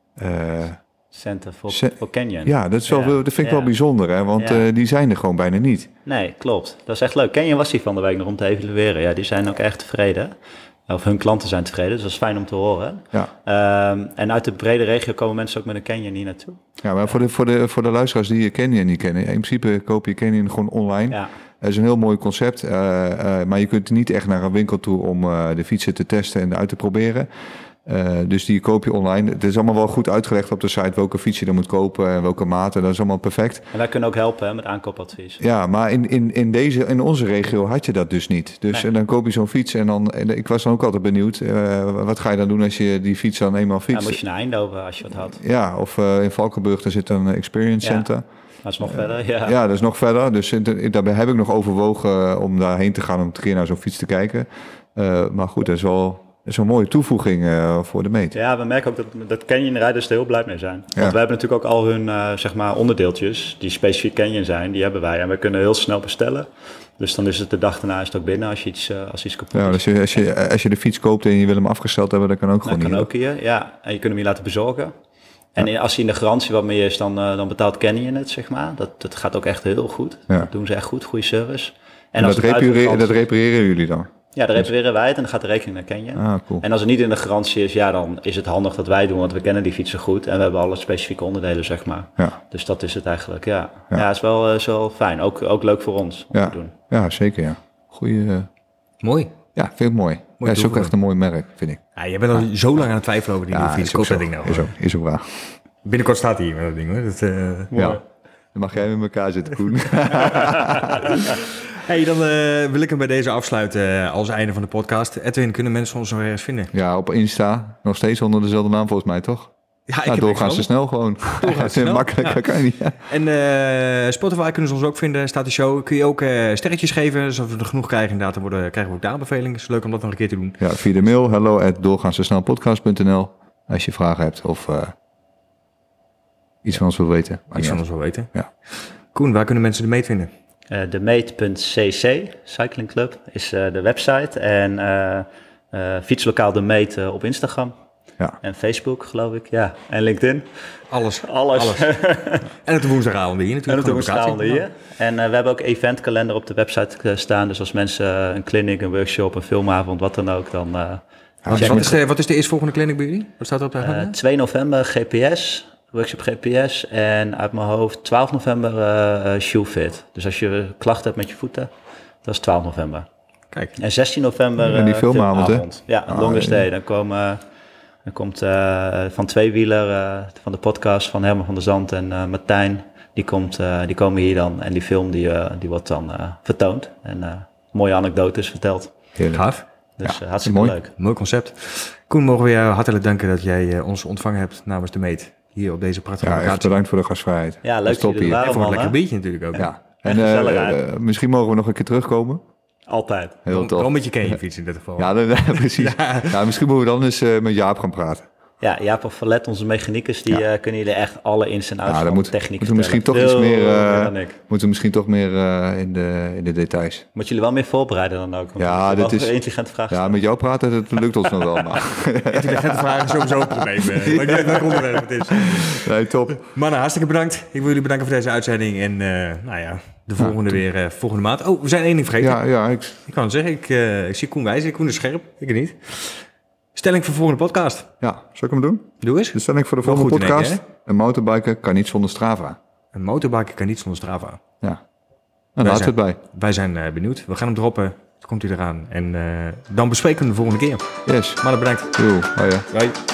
Center voor Canyon. Ja, dat vind ik wel bijzonder, hè? Want die zijn er gewoon bijna niet. Nee, klopt. Dat is echt leuk. Canyon was hier van de week nog om te evalueren. Ja, die zijn ook echt tevreden. Of hun klanten zijn tevreden, dus dat is fijn om te horen. Ja. En uit de brede regio komen mensen ook met een Canyon hier naartoe. Ja, maar voor de luisteraars die Canyon niet kennen, in principe koop je Canyon gewoon online. Ja. Het is een heel mooi concept, maar je kunt niet echt naar een winkel toe om de fietsen te testen en uit te proberen. Dus die koop je online. Het is allemaal wel goed uitgelegd op de site welke fiets je dan moet kopen en welke maten. Dat is allemaal perfect. En wij kunnen ook helpen met aankoopadvies. Ja, maar in onze regio had je dat dus niet. Dus en dan koop je zo'n fiets ik was dan ook altijd benieuwd. Wat ga je dan doen als je die fiets dan eenmaal fietst? Dan moest je naar Eindhoven als je wat had. Ja, of in Valkenburg, daar zit een experience center. Dat is nog verder, ja. Ja, dat is nog verder. Dus daarbij heb ik nog overwogen om daarheen te gaan om een keer naar zo'n fiets te kijken. Maar goed, dat is wel... Dat is een mooie toevoeging voor de meet. Ja, we merken ook dat Canyon-rijders er heel blij mee zijn. Want we hebben natuurlijk ook al hun onderdeeltjes die specifiek Canyon zijn, die hebben wij. En we kunnen heel snel bestellen. Dus dan is het de dag daarna is het ook binnen als iets kapot is. Dus als je de fiets koopt en je wil hem afgesteld hebben, dan kan ook gewoon niet. Dat kan ook hier, ja. En je kunt hem hier laten bezorgen. En als hij in de garantie wat meer is, dan betaalt Canyon het, zeg maar. Dat gaat ook echt heel goed. Ja. Dat doen ze echt goed, goede service. En dat repareren jullie dan? Ja, dan repareren wij het en dan gaat de rekening naar Canyon. Cool. En als het niet in de garantie is, dan is het handig dat wij doen, want we kennen die fietsen goed en we hebben alle specifieke onderdelen, zeg maar. Ja. Dus dat is het eigenlijk, ja. Ja, is wel fijn. Ook leuk voor ons om te doen. Ja, zeker, ja. Goeie... Mooi. Ja, vind ik mooi. Ja, is ook echt een mooi merk, vind ik. Ja, je bent al zo lang aan het twijfelen over die nieuwe fiets. Koop dat ding nou. Is ook waar. Binnenkort staat hij hier met dat ding, hoor. Ja. Dan mag jij met elkaar zitten, Koen. Hey, dan wil ik hem bij deze afsluiten als einde van de podcast. Edwin, kunnen mensen ons nog ergens vinden? Ja, op Insta. Nog steeds onder dezelfde naam volgens mij, toch? Ja, doorgaan ze snel gewoon. Makkelijker kan je niet. Ja. En Spotify kunnen ze ons ook vinden. Staat de show. Kun je ook sterretjes geven. Dus als we er genoeg krijgen, inderdaad, dan krijgen we ook de aanbeveling. Het is leuk om dat nog een keer te doen. Ja, via de mail. hello@doorgaanzesnelpodcast.nl als je vragen hebt of iets van ons wil weten. Ja. Koen, waar kunnen mensen de meet vinden? Demeet.cc, Cycling Club, is de website. En fietslokaal De Meet op Instagram. Ja. En Facebook, geloof ik. Ja. En LinkedIn. Alles. En op de woensdagavonden hier natuurlijk. En we hebben ook eventkalender op de website staan. Dus als mensen een clinic, een workshop, een filmavond, wat dan ook, dan... Wat is de eerstvolgende clinic bij jullie? Wat staat er op de agenda? 2 november GPS... Workshop GPS en uit mijn hoofd 12 november ShoeFit. Dus als je klachten hebt met je voeten, dat is 12 november. Kijk. En 16 november en die filmavond. Ja, longest day. Dan komt van Tweewieler, van de podcast van Herman van der Zand en Martijn. Die komen hier dan en die film die wordt dan vertoond. En mooie anekdotes verteld. Gaaf. Dus hartstikke leuk. Mooi concept. Koen, mogen we jou hartelijk danken dat jij ons ontvangen hebt namens de Meet. Hier op deze prachtige locatie. Echt bedankt voor de gastvrijheid. Ja, leuk dat je er waren, en voor een lekker biertje natuurlijk ook. Ja. En misschien mogen we nog een keer terugkomen. Altijd. Heel tof. Wel met je Canyon fiets in dit geval. Ja, precies. Ja, misschien moeten we dan eens met Jaap gaan praten. Ja, Jaap of Valet, onze mechanicus, die kunnen jullie echt alle ins en outs van techniek moeten misschien toch iets meer, moeten misschien toch meer in de details. Moet jullie wel meer voorbereiden dan ook? Ja, dat is een intelligente vraag. Ja, met jou praten, dat lukt ons nog wel. Maar. Intelligente vragen is sowieso een probleem. Ik weet niet welk onderwerp het is. Nee, top. Mannen, hartstikke bedankt. Ik wil jullie bedanken voor deze uitzending. En de volgende weer volgende maand. Oh, we zijn één ding vergeten. Ja, ik kan het zeggen. Ik zie Koen wijzen. Koen is scherp. Ik niet. Stelling voor de volgende podcast. Ja, zal ik hem doen? Doe eens. De stelling voor de volgende podcast. Een motorbiker kan niet zonder Strava. Een motorbiker kan niet zonder Strava. Ja. En laten we het bij. Wij zijn benieuwd. We gaan hem droppen. Dan komt hij eraan. En dan bespreken we hem de volgende keer. Yes. Maar bedankt. Doei. Hoi.